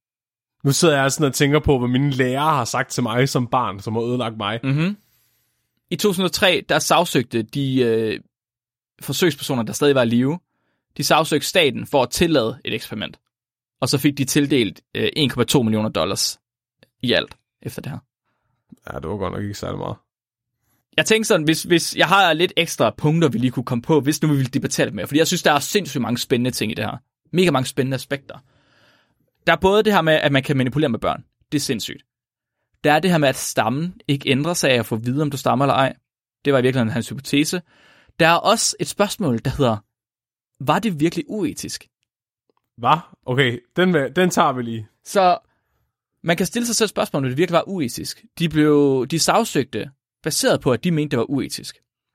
Nu sidder jeg sådan og tænker på, hvad mine lærere har sagt til mig som barn, som har ødelagt mig. Mm-hmm. I to tusind og tre, der sagsøgte de øh, forsøgspersoner, der stadig var i live, de sagsøgte staten for at tillade et eksperiment. Og så fik de tildelt øh, en komma to millioner dollars i alt efter det her. Ja, det var godt nok ikke særlig meget. Jeg tænker sådan, hvis, hvis jeg har lidt ekstra punkter, vi lige kunne komme på, hvis nu vi vil debattere det mere. Fordi jeg synes, der er sindssygt mange spændende ting i det her. Mega mange spændende aspekter. Der er både det her med, at man kan manipulere med børn. Det er sindssygt. Der er det her med, at stammen ikke ændrer sig af at få at vide, om du stammer eller ej. Det var i virkeligheden hans hypotese. Der er også et spørgsmål, der hedder, var det virkelig uetisk? Hvad? Okay, den, den tager vi lige. Så man kan stille sig selv spørgsmål, om det virkelig var uetisk. De blev, de sagsøgte baseret på, at de mente, det var uetisk.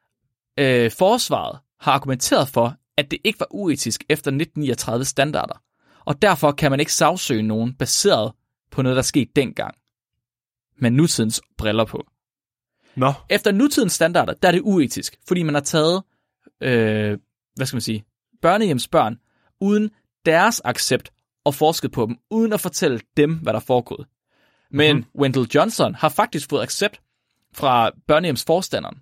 Øh, forsvaret har argumenteret for, at det ikke var uetisk efter nitten niogtredive standarder. Og derfor kan man ikke sagsøge nogen baseret på noget, der skete dengang. Med nutidens briller på. Nå. Efter nutidens standarder, der er det uetisk, fordi man har taget, øh, hvad skal man sige, børnehjemsbørn, uden deres accept og forsket på dem, uden at fortælle dem, hvad der er foregået. Men mm-hmm. Wendell Johnson har faktisk fået accept fra børnehjemsforstanderen.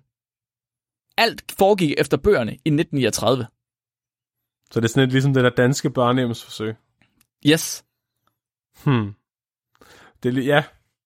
Alt foregik efter bøgerne i nitten niogtredive. Så det er sådan lidt ligesom det der danske børnehjemsforsøg? Yes. Hmm. Det er, ja.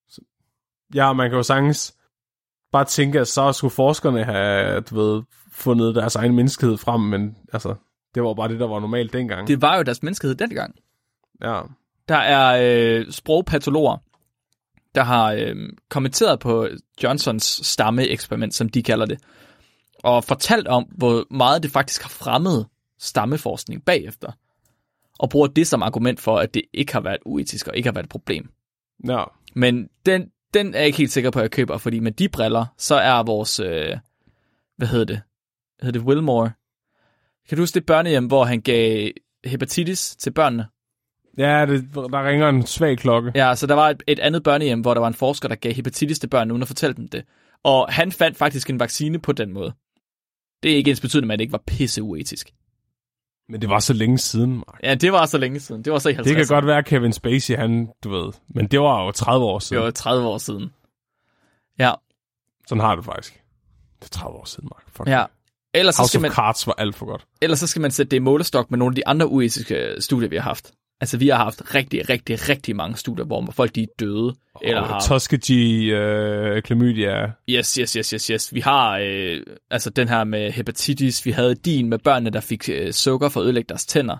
Ja, man kan jo sagtens bare tænke, at så skulle forskerne have, du ved, fundet deres egen menneskehed frem, men altså, det var bare det, der var normalt dengang. Det var jo deres menneskehed dengang. Ja. Der er øh, sprogpatologer, der har øh, kommenteret på Johnsons stammeeksperiment, som de kalder det, og fortalt om, hvor meget det faktisk har fremmet stammeforskning bagefter, og bruger det som argument for, at det ikke har været uetisk og ikke har været et problem. Ja. Men den, den er jeg ikke helt sikker på, at jeg køber, fordi med de briller, så er vores, øh, hvad hedder det? Hedder det Wilmore? Kan du huske det børnehjem, hvor han gav hepatitis til børnene? Ja, det, der ringer en svag klokke. Ja, så der var et, et andet børnehjem, hvor der var en forsker, der gav hepatitis til børnene, uden at fortælle dem det. Og han fandt faktisk en vaccine på den måde. Det er ikke ens betydende med, at det ikke var pisse uetisk. Men det var så længe siden, Mark. Ja, det var så længe siden. Det var så i halvtredserne. Det kan godt være, Kevin Spacey, han, du ved. Men det var jo tredive år siden. Det var tredive år siden. Ja. Sådan har det faktisk. Det er tredive år siden, Mark. Fuck. Ja. Ellers House så skal of man, Cards var alt for godt. Ellers så skal man sætte det i målestok med nogle af de andre uetiske studier, vi har haft. Altså, vi har haft rigtig, rigtig, rigtig mange studier, hvor folk de er døde. Oh, eller har... Tuskegee, uh, Chlamydia. Yes, yes, yes, yes, yes. Vi har øh, altså den her med hepatitis. Vi havde din med børnene, der fik øh, sukker for at ødelægge deres tænder.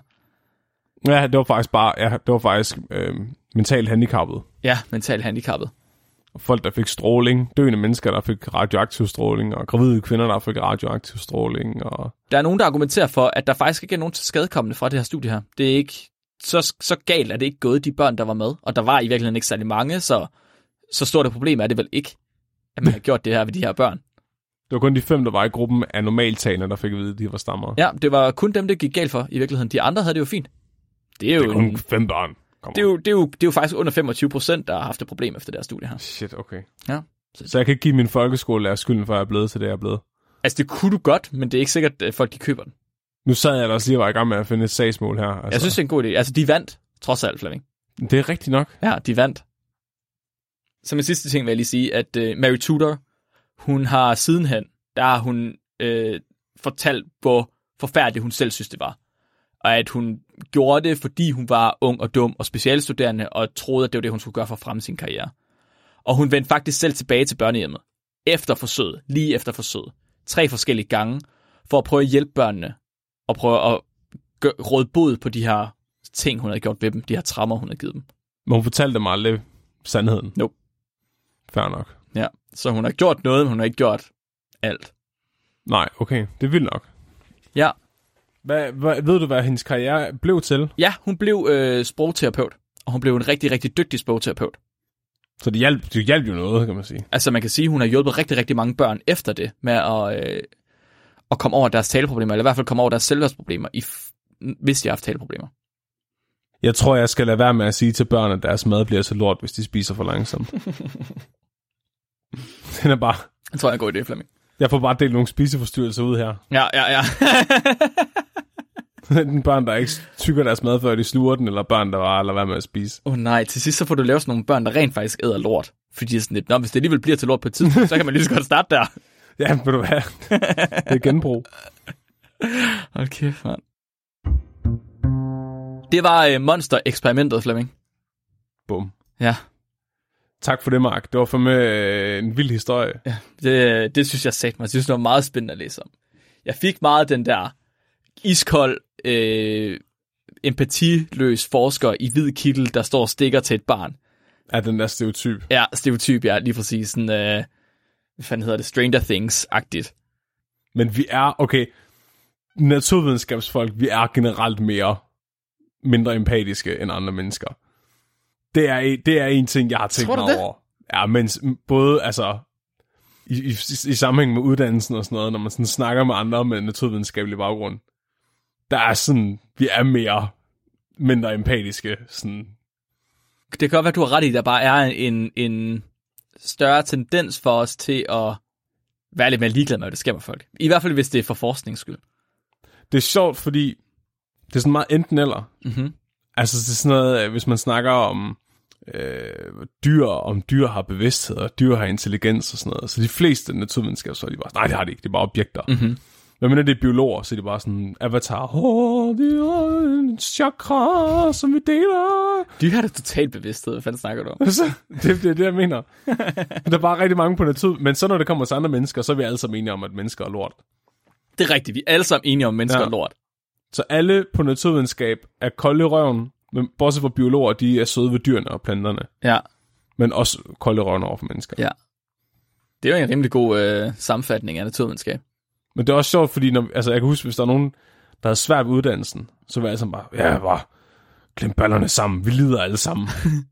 Ja, det var faktisk bare, ja, det var faktisk øh, mentalt handicappet. Ja, mentalt handicappet. Og folk, der fik stråling. Døende mennesker, der fik radioaktiv stråling. Og gravide kvinder, der fik radioaktiv stråling. Og... Der er nogen, der argumenterer for, at der faktisk ikke er nogen til skadekommende fra det her studie her. Det er ikke så, så galt, at det ikke gået de børn, der var med. Og der var i virkeligheden ikke særlig mange, så, så stort et problem er det vel ikke, at man har gjort det her ved de her børn. Det var kun de fem, der var i gruppen af normaltalende, der fik at vide, at de var stammere. Ja, det var kun dem, det gik galt for i virkeligheden. De andre havde det jo fint. Det er jo det er kun en... fem børn. Det er, jo, det, er jo, det er jo faktisk under femogtyve procent, der har haft et problem efter det her studie her. Shit, okay. Ja. Så, så jeg kan ikke give min folkeskolelærer skylden for, at jeg er blevet til det, jeg er blevet. Altså, det kunne du godt, men det er ikke sikkert, at folk de køber den. Nu sad jeg da også lige og var i gang med at finde et sagsmål her. Altså. Jeg synes, det er en god idé. Altså, de vandt, trods alt, Flemming. Det er rigtigt nok. Ja, de vandt. Som en sidste ting vil jeg lige sige, at uh, Mary Tudor, hun har sidenhen, der har hun øh, fortalt, hvor forfærdeligt hun selv synes, det var. Og at hun gjorde det, fordi hun var ung og dum og specialstuderende, og troede, at det var det, hun skulle gøre for at fremme sin karriere. Og hun vendte faktisk selv tilbage til børnehjemmet, efter forsøget, lige efter forsøget, tre forskellige gange, for at prøve at hjælpe børnene, og prøve at råde bod på de her ting, hun havde gjort ved dem, de her traumer, hun havde givet dem. Men hun fortalte dem aldrig sandheden. Nope. Fair nok. Ja, så hun har gjort noget, men hun har ikke gjort alt. Nej, okay, det er vildt nok. Ja. Hvad, hvad, ved du, hvad hendes karriere blev til? Ja, hun blev øh, sprogterapeut, og hun blev en rigtig, rigtig dygtig sprogterapeut. Så det hjalp, det hjalp jo noget, kan man sige. Altså man kan sige, at hun har hjulpet rigtig, rigtig mange børn efter det, med at, øh, at komme over deres taleproblemer, eller i hvert fald komme over deres selvværdsproblemer, i f- hvis de har haft taleproblemer. Jeg tror, jeg skal lade være med at sige til børn, at deres mad bliver så lort, hvis de spiser for langsomt. Den er bare... Jeg tror, jeg er en god idé, Flemming. Jeg får bare delt nogle spiseforstyrrelser ud her. Ja, ja, ja. Den børn, der ikke tykker deres mad, før de sluger den, eller børn, der bare lader være med at spise. Åh oh, nej, til sidst så får du lavet sådan nogle børn, der rent faktisk æder lort. Fordi det er sådan lidt, nå, hvis det alligevel bliver til lort på et tidspunkt, så kan man lige så godt starte der. Ja, ved du hvad? Det er genbrug. Hold kæft, mand. Det var uh, Monster-eksperimentet, Flemming. Bum. Ja. Tak for det, Mark. Det var for med øh, en vild historie. Ja, det, det synes jeg sagde mig. Jeg synes, det var meget spændende at læse om. Jeg fik meget den der iskold, øh, empatiløs forsker i hvid kittel, der står og stikker til et barn. Ja, den der stereotyp. Ja, stereotyp, ja, lige præcis. Sådan, øh, hvad fanden hedder det? Stranger Things-agtigt. Men vi er, okay, naturvidenskabsfolk, vi er generelt mere mindre empatiske end andre mennesker. Det er, det er en ting, jeg har tænkt mig over. Ja, men både, altså, i, i, i sammenhæng med uddannelsen og sådan noget, når man sådan snakker med andre med naturvidenskabelig baggrund, der er sådan, vi er mere mindre empatiske. Sådan. Det kan godt være, du har ret i, der bare er en, en større tendens for os til at være lidt mere ligeglade med, hvad det sker med folk. I hvert fald, hvis det er for forsknings skyld. Det er sjovt, fordi det er sådan meget enten eller. Mhm. Altså, det er sådan noget, hvis man snakker om øh, dyr, om dyr har bevidsthed, og dyr har intelligens og sådan noget. Så de fleste naturvidenskaber, så er de bare, nej, det har de ikke, det er bare objekter. Mhm. Men når det er biologer, så er de bare sådan, avatar, åh, det er en chakra, som vi deler. De har da totalt bevidsthed, hvad fanden snakker du om? Altså, det, det er det, jeg mener. Der er bare rigtig mange på natur, men så når det kommer til andre mennesker, så er vi alle sammen enige om, at mennesker er lort. Det er rigtigt, vi er alle sammen enige om, mennesker Ja. er lort. Så alle på naturvidenskab er kolde i røven, men bortset fra biologer, de er søde ved dyrene og planterne. Ja. Men også kolde i røven over for mennesker. Ja. Det er jo en rimelig god øh, sammenfatning af naturvidenskab. Men det er også sjovt, fordi når, altså, jeg kan huske, hvis der er nogen, der havde svært ved uddannelsen, så var jeg altså bare, ja, bare klem ballerne sammen, vi lider alle sammen.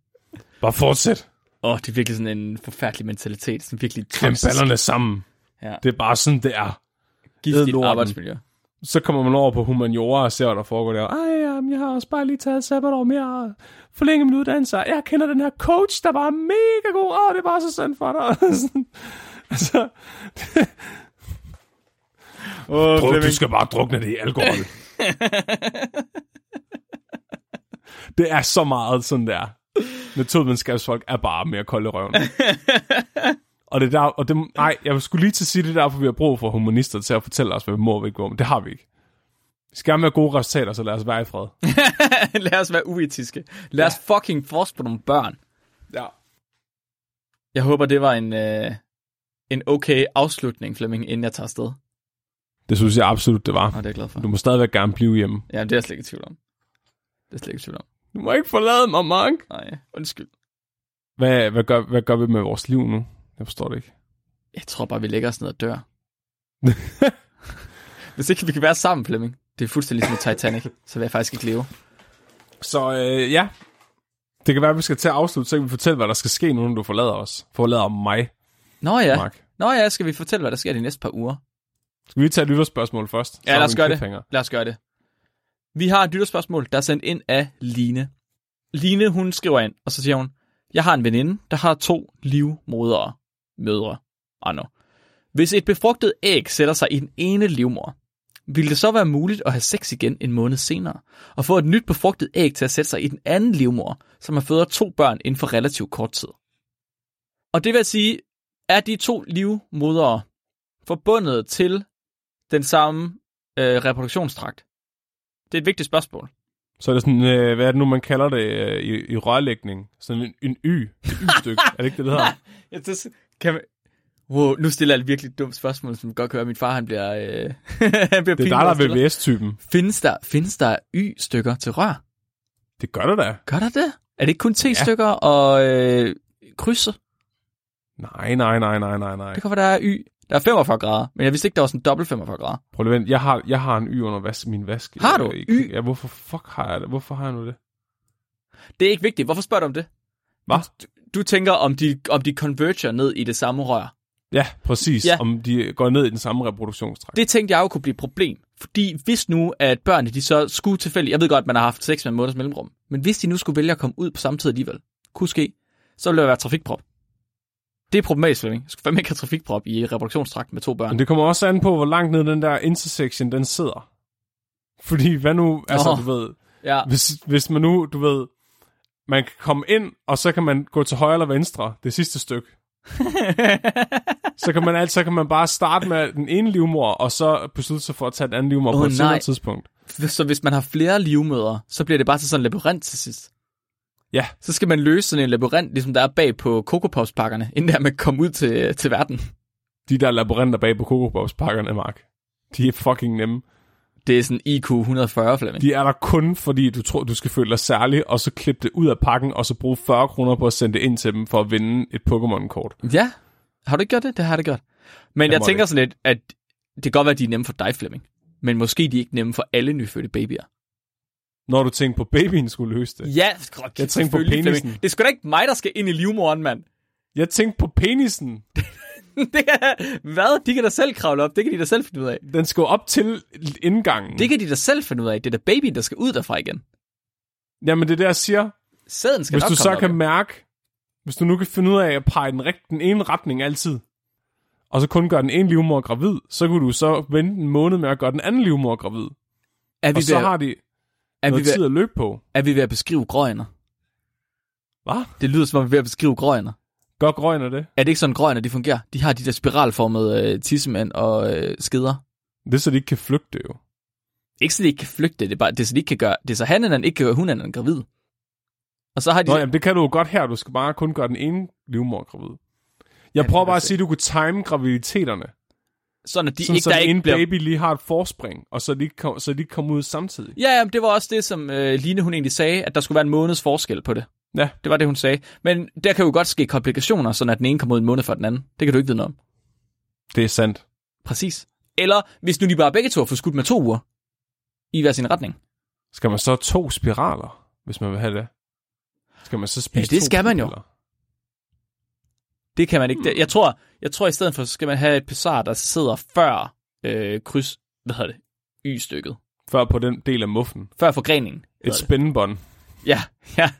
Bare fortsæt. Åh, oh, det er virkelig sådan en forfærdelig mentalitet. Sådan virkelig Klem toxisk. ballerne sammen. Ja. Det er bare sådan, det er. Giftigt lorten. arbejdsmiljø. Så kommer man over på humaniora og ser, hvad der foregår der. Ej, jamen, jeg har også bare lige taget sabbatår med at forlænge min uddannelse. Jeg kender den her coach, der var mega god. Åh, det er bare så synd for dig. Altså... Oh, Druk, du skal bare drukne det i alkohol. Det er så meget sådan der. Naturvidenskabsfolk er bare mere kolde i røven. Og det der, og det, nej, jeg skulle lige til at sige det der, for vi har brug for humanister til at fortælle os, hvad vi må og ikke må, men det har vi ikke. Vi skal gerne have gode resultater, så lad os være i fred. Lad os være uetiske. Lad os ja. fucking forske på nogle børn. Ja. Jeg håber, det var en, øh, en okay afslutning, Flemming, inden jeg tager afsted. Det synes jeg absolut, det var. Og det er jeg glad for. Du må stadigvæk gerne blive hjemme. Ja, det er jeg slet ikke i tvivl om. Det er slet ikke i tvivl om. Du må ikke forlade mig, Mark. Nej, undskyld. Hvad, hvad, gør, hvad gør vi med vores liv nu? Jeg forstår det ikke. Jeg tror bare, vi lægger os ned og dør. Hvis ikke vi kan være sammen, Flemming. Det er fuldstændig ligesom Titanic, så vil jeg faktisk ikke leve. Så øh, ja, det kan være, at vi skal til at afslutte, så kan vi fortælle, hvad der skal ske nu, når du forlader os. Forlader mig, Nå ja. Mark. Nå ja, skal vi fortælle, hvad der sker de næste par uger? Skal vi tage et lytterspørgsmål først? Ja, lad os gøre det. Lad os gøre det. Vi har et lytterspørgsmål, der er sendt ind af Line. Line, hun skriver ind, og så siger hun, jeg har en veninde, der har to livmodere, mødre. Ah, no. Hvis et befrugtet æg sætter sig i den ene livmor, vil det så være muligt at have sex igen en måned senere, og få et nyt befrugtet æg til at sætte sig i den anden livmor, som har føder to børn inden for relativt kort tid? Og det vil sige, er de to livmodere forbundet til den samme øh, reproduktionstrakt? Det er et vigtigt spørgsmål. Så er det sådan, øh, hvad er det nu, man kalder det øh, i, i rørlægning? Sådan en, en y. Et y-stykke. Er det ikke det, det hedder? Ja, det kan man... Wow, nu stiller jeg et virkelig dumt spørgsmål, som godt kan høre, at min far han bliver, øh, han bliver det er dig, der er V V S-typen. Findes der, findes der y-stykker til rør? Det gør der da. Gør der det? Er det ikke kun t-stykker ja. og øh, krydser? Nej, nej, nej, nej, nej, nej. Det kan være, der er y. Der er femogfyrre grader, men jeg vidste ikke, der var sådan dobbelt femogfyrre grader. Prøv lige vent. Jeg har, jeg har en y under vas- min vask. Har du? I, Y? Ja, hvorfor fuck har jeg det? Hvorfor har jeg nu det? Det er ikke vigtigt. Hvorfor spørger du om det? Hvad? Du, du tænker, om de, om de converger ned i det samme rør. Ja, præcis. Ja. Om de går ned i den samme reproduktionstrakt. Det tænkte jeg jo kunne blive et problem. Fordi hvis nu, at børnene de så skulle tilfældigt... Jeg ved godt, at man har haft sex med en måneds mellemrum. Men hvis de nu skulle vælge at komme ud på samme tid alligevel, kunne ske, så ville der være trafikprop. Det er problematisk, Flemming. Jeg skulle fandme ikke have trafikprop i reproduktionstrakten med to børn. Men det kommer også an på, hvor langt ned den der intersection, den sidder. Fordi hvad nu... Altså, oh. du ved... Ja. Hvis, hvis man nu, du ved... Man kan komme ind, og så kan man gå til højre eller venstre, det sidste stykke. så kan man altså så kan man bare starte med den ene livmor, og så beslutte sig for at tage den anden livmor oh, på et senere tidspunkt. Så hvis man har flere livmødre, så bliver det bare til sådan en labyrint til sidst. Ja. Så skal man løse sådan en labyrint, ligesom der er bag på Coco Pops-pakkerne, inden der man kommer ud til, til verden. De der labyrinter bag på Coco Pops-pakkerne, Mark, de er fucking nemme. Det er sådan I Q et hundrede og fyrre, Flemming. De er der kun, fordi du tror, du skal føle dig særlig, og så klippe det ud af pakken, og så bruge fyrre kroner på at sende det ind til dem, for at vinde et Pokémon-kort. Ja. Har du ikke gjort det? Det har jeg da gjort. Men jeg, jeg tænker sådan lidt, at det kan godt være, at de er nemme for dig, Flemming. Men måske de er ikke nemme for alle nyfødte babyer. Når du tænker på, babyen skulle løse det? Ja, godt, jeg tænker på penisen. Flemming. Det er sgu da ikke mig, der skal ind i livmoderen, mand. Jeg tænker på penisen. det kan, hvad? De kan da selv kravle op. Det kan de da selv finde ud af. Den skal op til indgangen. Det kan de da selv finde ud af. Det er da babyen, der skal ud derfra igen. Jamen det er det, jeg siger. Sæden skal hvis nok du så op, kan jo. mærke, hvis du nu kan finde ud af at pege den, rigt- den ene retning altid, og så kun gøre den ene livmor gravid, så kunne du så vente en måned med at gøre den anden livmor gravid. Er vi og så ved, har de er noget vi ved, tid at løbe på. Er vi ved at beskrive grøgner? Hvad? Det lyder som om vi er ved at beskrive grøgner. Gør grøgner det? Er det ikke sådan, grøgner de fungerer? De har de der spiralformede øh, tissemænd og øh, skeder. Det er så, de ikke kan flygte jo. Ikke så de ikke kan flygte, det er, bare, det er så de ikke kan gøre, det er så han ikke kan gøre hunden gravid. Og så har de... Nå, jamen, det kan du jo godt her, du skal bare kun gøre den ene livmor gravid. Jeg ja, prøver bare at sige, at du kunne time graviditeterne. Sådan at de sådan, ikke, så der den ikke ene bliver... baby lige har et forspring, og så de ikke kom, så de ikke kommer ud samtidig. Ja, ja, det var også det, som øh, Line hun egentlig sagde, at der skulle være en måneds forskel på det. Ja. Det var det, hun sagde. Men der kan jo godt ske komplikationer, sådan at den ene kommer ud en måned for den anden. Det kan du ikke vide noget om. Det er sandt. Præcis. Eller hvis nu de bare begge to får skudt med to uger i hver sin retning. Skal man så to spiraler, hvis man vil have det? Skal man så spise ja, det to skal man jo. spiraler? Det kan man ikke. Jeg tror, jeg tror i stedet for, så skal man have et pessar, der sidder før øh, kryds, hvad hedder det, y-stykket. Før på den del af muffen. Før forgreningen. Et spændebånd. Ja, ja.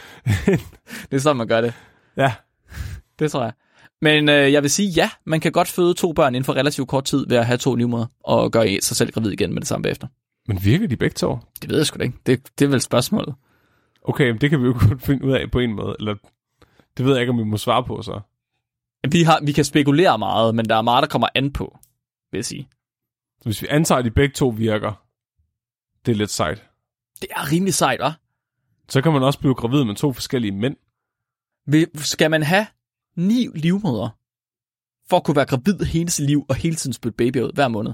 Det er sådan, man gør det. Ja. Det tror jeg. Men øh, jeg vil sige, ja, man kan godt føde to børn inden for relativt kort tid ved at have to livmodere og gøre sig selv gravid igen med det samme bagefter. Men virker de begge to? Det ved jeg sgu da ikke. Det, det er vel spørgsmålet. Okay, men det kan vi jo godt finde ud af på en måde. Eller det ved jeg ikke, om vi må svare på så. Vi, har, vi kan spekulere meget, men der er meget, der kommer an på, vil jeg sige. Så hvis vi antager, at de begge to virker, det er lidt sejt. Det er rimelig sejt, hva'? Så kan man også blive gravid med to forskellige mænd. Skal man have ni livmødre for at kunne være gravid hele sit liv og hele tiden spytte baby ud hver måned?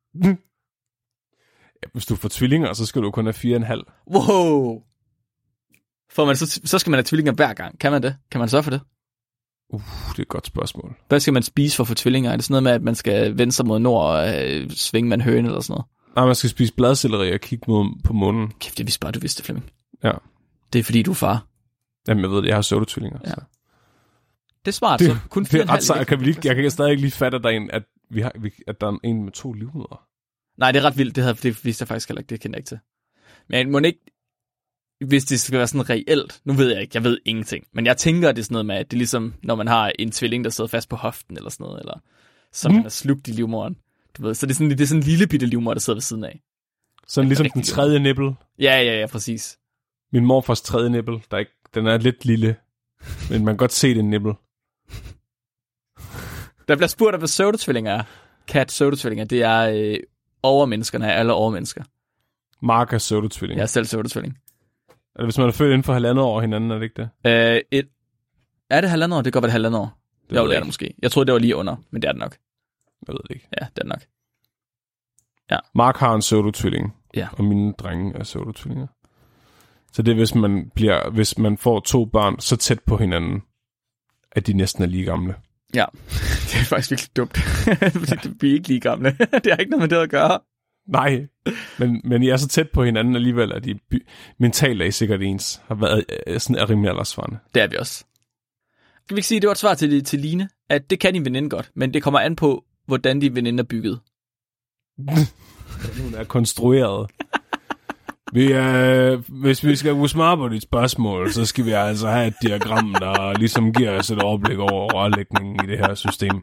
Ja, hvis du får tvillinger, så skal du kun have fire og en halv. Wow! For man, så, så skal man have tvillinger hver gang. Kan man det? Kan man sørge for det? Uh, det er et godt spørgsmål. Hvad skal man spise for at få tvillinger? Er det sådan noget med, at man skal vende sig mod nord og øh, svinge med en høne eller sådan noget? Nej, man skal spise bladselleri og kigge mod, på månen. Kæft, det vidste bare, du vidste, Flemming. Ja. Det er fordi, du er far. Jamen, jeg ved det. Jeg har pseudotvillinger. Ja. Så. Det er smart, det, så kun det er ret sejt. Kan vi lige, jeg kan stadig ikke lige fatte, at der er en, at, vi har, at der er en med to livmødre. Nej, det er ret vildt. Det, havde, det vidste jeg faktisk heller ikke. Det kender jeg ikke til. Men må ikke, hvis det skal være sådan reelt, nu ved jeg ikke, jeg ved ingenting, men jeg tænker, at det er sådan noget med, at det er ligesom, når man har en tvilling, der sidder fast på hoften eller sådan noget, eller så mm. man har slugt i livmoderen. Du ved, så det er sådan, det er sådan en lille bitte livmor, der sidder ved siden af. Sådan ligesom den tredje nippel. Ja, ja, ja, præcis. Min morfars tredje nippel, der er ikke, den er lidt lille, men man kan godt se, det er en nippel. Der bliver spurgt, hvad pseudotvillinger er. Kat pseudotvillinger, det er øh, overmenneskerne af alle overmennesker. Mark er pseudotvilling. Jeg er selv pseudotvilling. Er det, hvis man er født inden for halvandet år hinanden, er det ikke det? Øh, et, er det halvandet år? Det kan godt være det halvandet år. Det jo, det er det måske. Jeg troede, det var lige under, men det er det nok. Jeg ved det ikke. Ja, det er det nok. Ja. Mark har en pseudotvilling, ja. og mine drenge er pseudotvillinger. Så det er, hvis man, bliver, hvis man får to børn så tæt på hinanden, at de næsten er lige gamle. Ja, det er faktisk virkelig dumt. Fordi vi er ikke lige gamle. Det har ikke noget med det at gøre. Nej, men, men I er så tæt på hinanden alligevel, at de by- mentalt er I sikkert ens. Har været sådan er rimelig aldersvarende. Det er vi også. Skal vi ikke sige, at det var et svar til, til Line, at det kan din veninde godt, men det kommer an på, hvordan din veninde er bygget. Hun er konstrueret. Vi er, hvis vi skal kunne svare på dit spørgsmål, så skal vi altså have et diagram, der ligesom giver os et overblik over rørlægningen i det her system.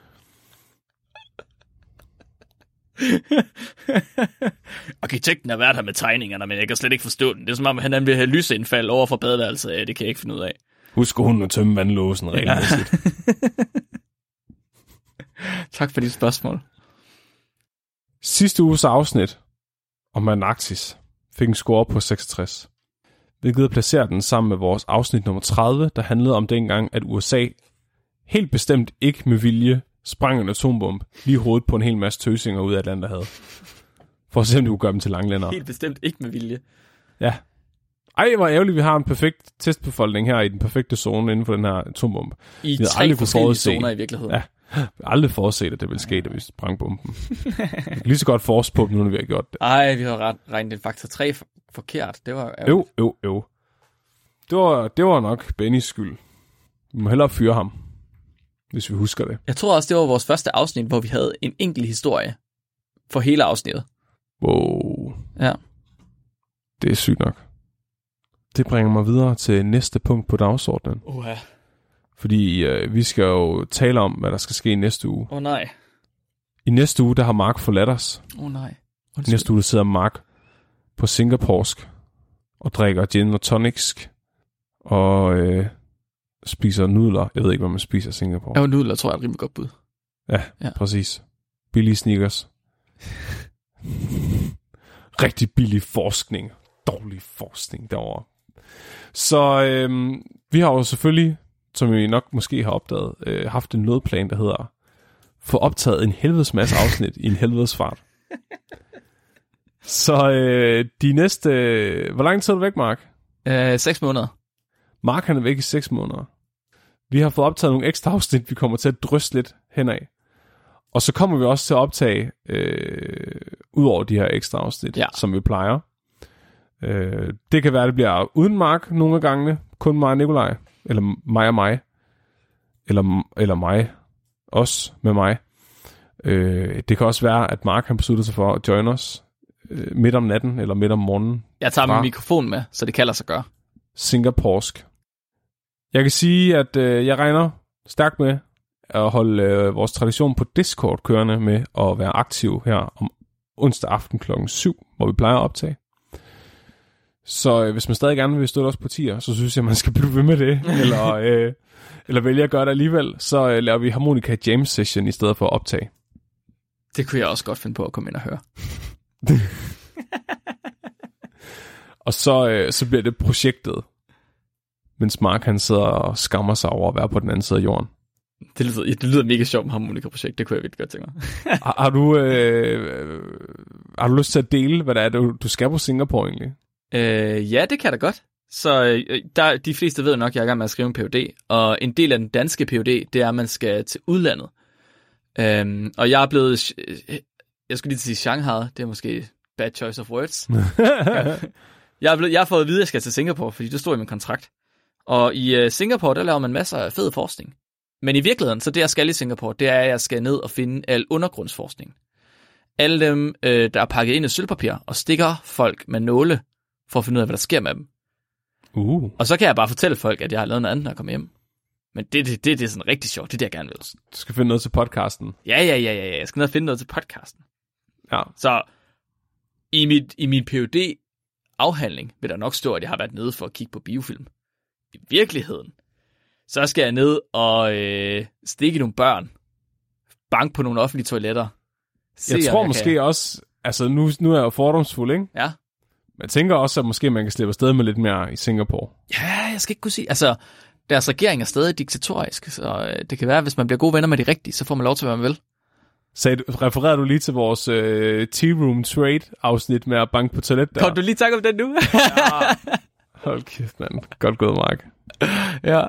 Arkitekten har været her med tegningerne, men jeg kan slet ikke forstå den. Det er som om, han vil have lysindfald over for badeværelset. Ja, det kan jeg ikke finde ud af. Husk hun at tømme vandlåsen regelmæssigt. Ja. Tak for dit spørgsmål. Sidste uges afsnit om Antarktis fik en score på seksogtres. Hvilket placerer den sammen med vores afsnit nummer tredive, der handlede om dengang, at U S A helt bestemt ikke med vilje sprang en atombombe lige i hovedet på en hel masse tøsinger ud af Atlanterhavet. For at se, om det kunne gøre dem til langlænder. Helt bestemt ikke med vilje. Ja. Ej, hvor ærgerligt, vi har en perfekt testbefolkning her i den perfekte zone inden for den her atombombe. I tre forskellige zoner i virkeligheden. Ja. Jeg har aldrig forudset, at det ville ske, da vi sprang bomben. Lige så godt force på dem, nu når vi har gjort det. Ej, vi har ret, regnet en faktor tre for, forkert. Det var ærgerligt. Jo, jo, jo. Det var, det var nok Bennys skyld. Vi må hellere fyre ham, hvis vi husker det. Jeg tror også, det var vores første afsnit, hvor vi havde en enkelt historie for hele afsnittet. Wow. Ja. Det er sygt nok. Det bringer mig videre til næste punkt på dagsordenen. Uha. Fordi øh, vi skal jo tale om, hvad der skal ske i næste uge. Åh oh, nej. I næste uge, der har Mark forladt os. Åh oh, nej. I næste uge, der sidder Mark på singaporsk og drikker gin og tonics og øh, spiser nudler. Jeg ved ikke, hvad man spiser i Singapore. Ja, nudler tror jeg er et rimelig godt bud. Ja, ja. Præcis. Billige sneakers. Rigtig billig forskning. Dårlig forskning derovre. Så øh, vi har jo selvfølgelig, som I nok måske har opdaget, øh, haft en nødplan, der hedder få optaget en helvedes masse afsnit i en helvedes fart. Så øh, de næste... Øh, hvor lang tid er du væk, Mark? Øh, seks måneder. Mark han er væk i seks måneder. Vi har fået optaget nogle ekstra afsnit, vi kommer til at drysse lidt henad. Og så kommer vi også til at optage, øh, ud over de her ekstra afsnit, ja. Som vi plejer. Øh, det kan være, det bliver uden Mark nogle af gangene. Kun mig og Nikolaj. Eller mig og mig. Eller, eller mig. Os med mig. Øh, det kan også være, at Mark han beslutter sig for at join os øh, midt om natten eller midt om morgenen. Jeg tager min mikrofon med, så det kan lade sig gøre. Singaporsk. Jeg kan sige, at øh, jeg regner stærkt med at holde øh, vores tradition på Discord kørende med at være aktiv her om onsdag aften klokken syv, hvor vi plejer at optage. Så øh, hvis man stadig gerne vil støtte os på tier, så synes jeg, man skal blive ved med det. eller, øh, eller vælge at gøre det alligevel. Så øh, laver vi Harmonica Jam Session i stedet for at optage. Det kunne jeg også godt finde på at komme ind og høre. Og så, øh, så bliver det projektet, mens Mark han sidder og skammer sig over at være på den anden side af jorden. Det lyder, det lyder mega sjovt med harmonika-projekt, det kunne jeg virkelig godt tænke mig. har, har, du, øh, har du lyst til at dele, hvad det er, du, du skal på Singapore egentlig? Øh, ja, det kan jeg da godt. Så øh, der, de fleste ved nok, at jeg er i gang med at skrive en P H D, og en del af den danske P H D, det er, at man skal til udlandet. Øhm, og jeg er blevet, jeg skulle lige til sige Shanghai, det er måske bad choice of words. jeg, er blevet, jeg har fået at vide, at jeg skal til Singapore, fordi det stod i min kontrakt. Og i uh, Singapore, der laver man masser af fed forskning. Men i virkeligheden, så det jeg skal i Singapore, det er, at jeg skal ned og finde al undergrundsforskning. Alle dem, øh, der er pakket ind i sølvpapir og stikker folk med nåle, for at finde ud af, hvad der sker med dem. Uh. Og så kan jeg bare fortælle folk, at jeg har lavet noget andet, når jeg kommer hjem. Men det, det, det, det er sådan rigtig sjovt, det er det, jeg gerne vil. Du skal finde noget til podcasten. Ja, ja, ja, ja, jeg skal ned og finde noget til podcasten. Ja. Så i, mit, i min P H D-afhandling vil der nok stå, at jeg har været nede for at kigge på biofilm. I virkeligheden, så skal jeg ned og øh, stikke nogle børn banke på nogle offentlige toiletter. Se, jeg tror jeg måske kan. også, altså nu, nu er jeg jo fordomsfuld, ikke? Ja. Men jeg tænker også, at måske man kan slippe afsted med lidt mere i Singapore. Ja, jeg skal ikke kunne sige. Altså, deres regering er stadig diktatorisk, så det kan være, at hvis man bliver gode venner med de rigtige, så får man lov til, hvad man vil. Så refererede du lige til vores øh, Tea Room Trade-afsnit med at banke på toilet der? Kom du lige tak om den nu? Ja. Hold kæft, mand. Godt gået, Mark. Ja.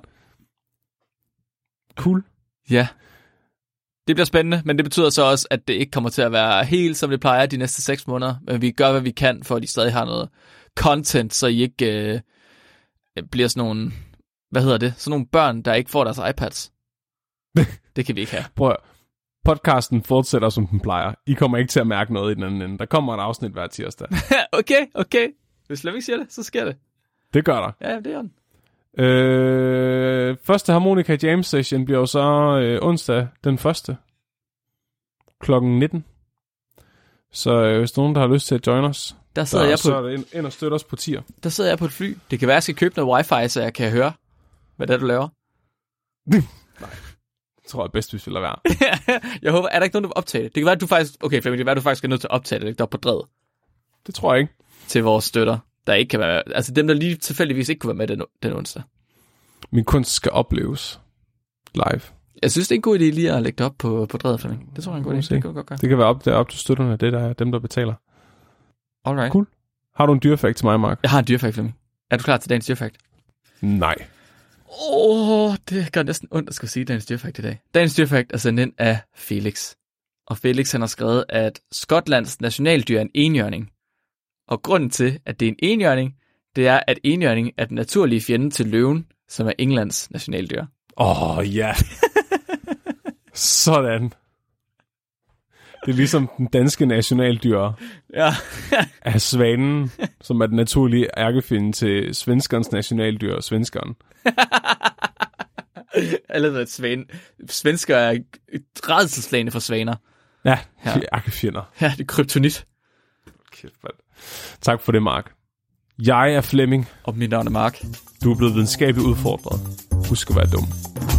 Cool. Ja. Det bliver spændende, men det betyder så også, at det ikke kommer til at være helt, som det plejer de næste seks måneder. Men vi gør, hvad vi kan, for at de stadig har noget content, så I ikke øh, bliver sådan nogle, hvad hedder det, sådan nogle børn, der ikke får deres iPads. Det kan vi ikke have. Prøv at, podcasten fortsætter, som den plejer. I kommer ikke til at mærke noget i den anden ende. Der kommer et afsnit hver tirsdag. Okay, okay. Hvis Flemming siger det, så sker det. Det gør der. Ja, det er den. Øh, første Harmonica Jam Session bliver jo så øh, onsdag den første. klokken nitten. Så øh, hvis nogen, der har lyst til at join os, Der sidder, der, jeg på, så er det ind, ind og støtte os på tier. der sidder jeg på et fly. Det kan være, at jeg skal købe noget wifi, så jeg kan høre, hvad det er, du laver. Nej. Det tror jeg bedst, hvis vi lader være. Jeg håber, er der ikke nogen, der vil optage det? Det kan være, at du faktisk, okay, Flemming, det kan være, at du faktisk er nødt til at optage det, ikke der på drevet Det tror jeg ikke. til vores støtter, der ikke kan være, altså dem, der lige tilfældigvis ikke kunne være med den, den onsdag. Min kunst skal opleves live. Jeg synes, det er en god idé lige at lægge det op på, på drevet, Flemming. Det tror jeg er en god idé. Det kan vi godt gøre. Det kan være op, det er op til støtterne, det der er dem, der betaler. Alright. Cool. Har du en dyrefakt til mig, Mark? Jeg har en dyrefakt, Flemming. Er du klar til dagens dyrefakt? Nej. Åh, oh, det gør næsten ondt at skulle sige dagens dyrefakt i dag. Dagens dyrefakt er sendt ind af Felix. Og Felix han har skrevet, at Skotlands nationaldyr er en enhjørning. Og grunden til, at det er en enhjørning, det er, at enhjørning er den naturlige fjende til løven, som er Englands nationaldyr. Åh, oh, ja. Sådan. Det er ligesom den danske nationaldyr Ja. af svanen, som er den naturlige ærkefjende til svenskernes nationaldyr, svenskeren. Eller hvad, svan. Svensker er rædselsslagende for svaner. Ja, Ja. de er ærkefjender. Ja, det er kryptonit. Kæft, mand. Tak for det, Mark. Jeg er Flemming. Og mit navn er Mark. Du er blevet videnskabeligt udfordret. Husk at være dum.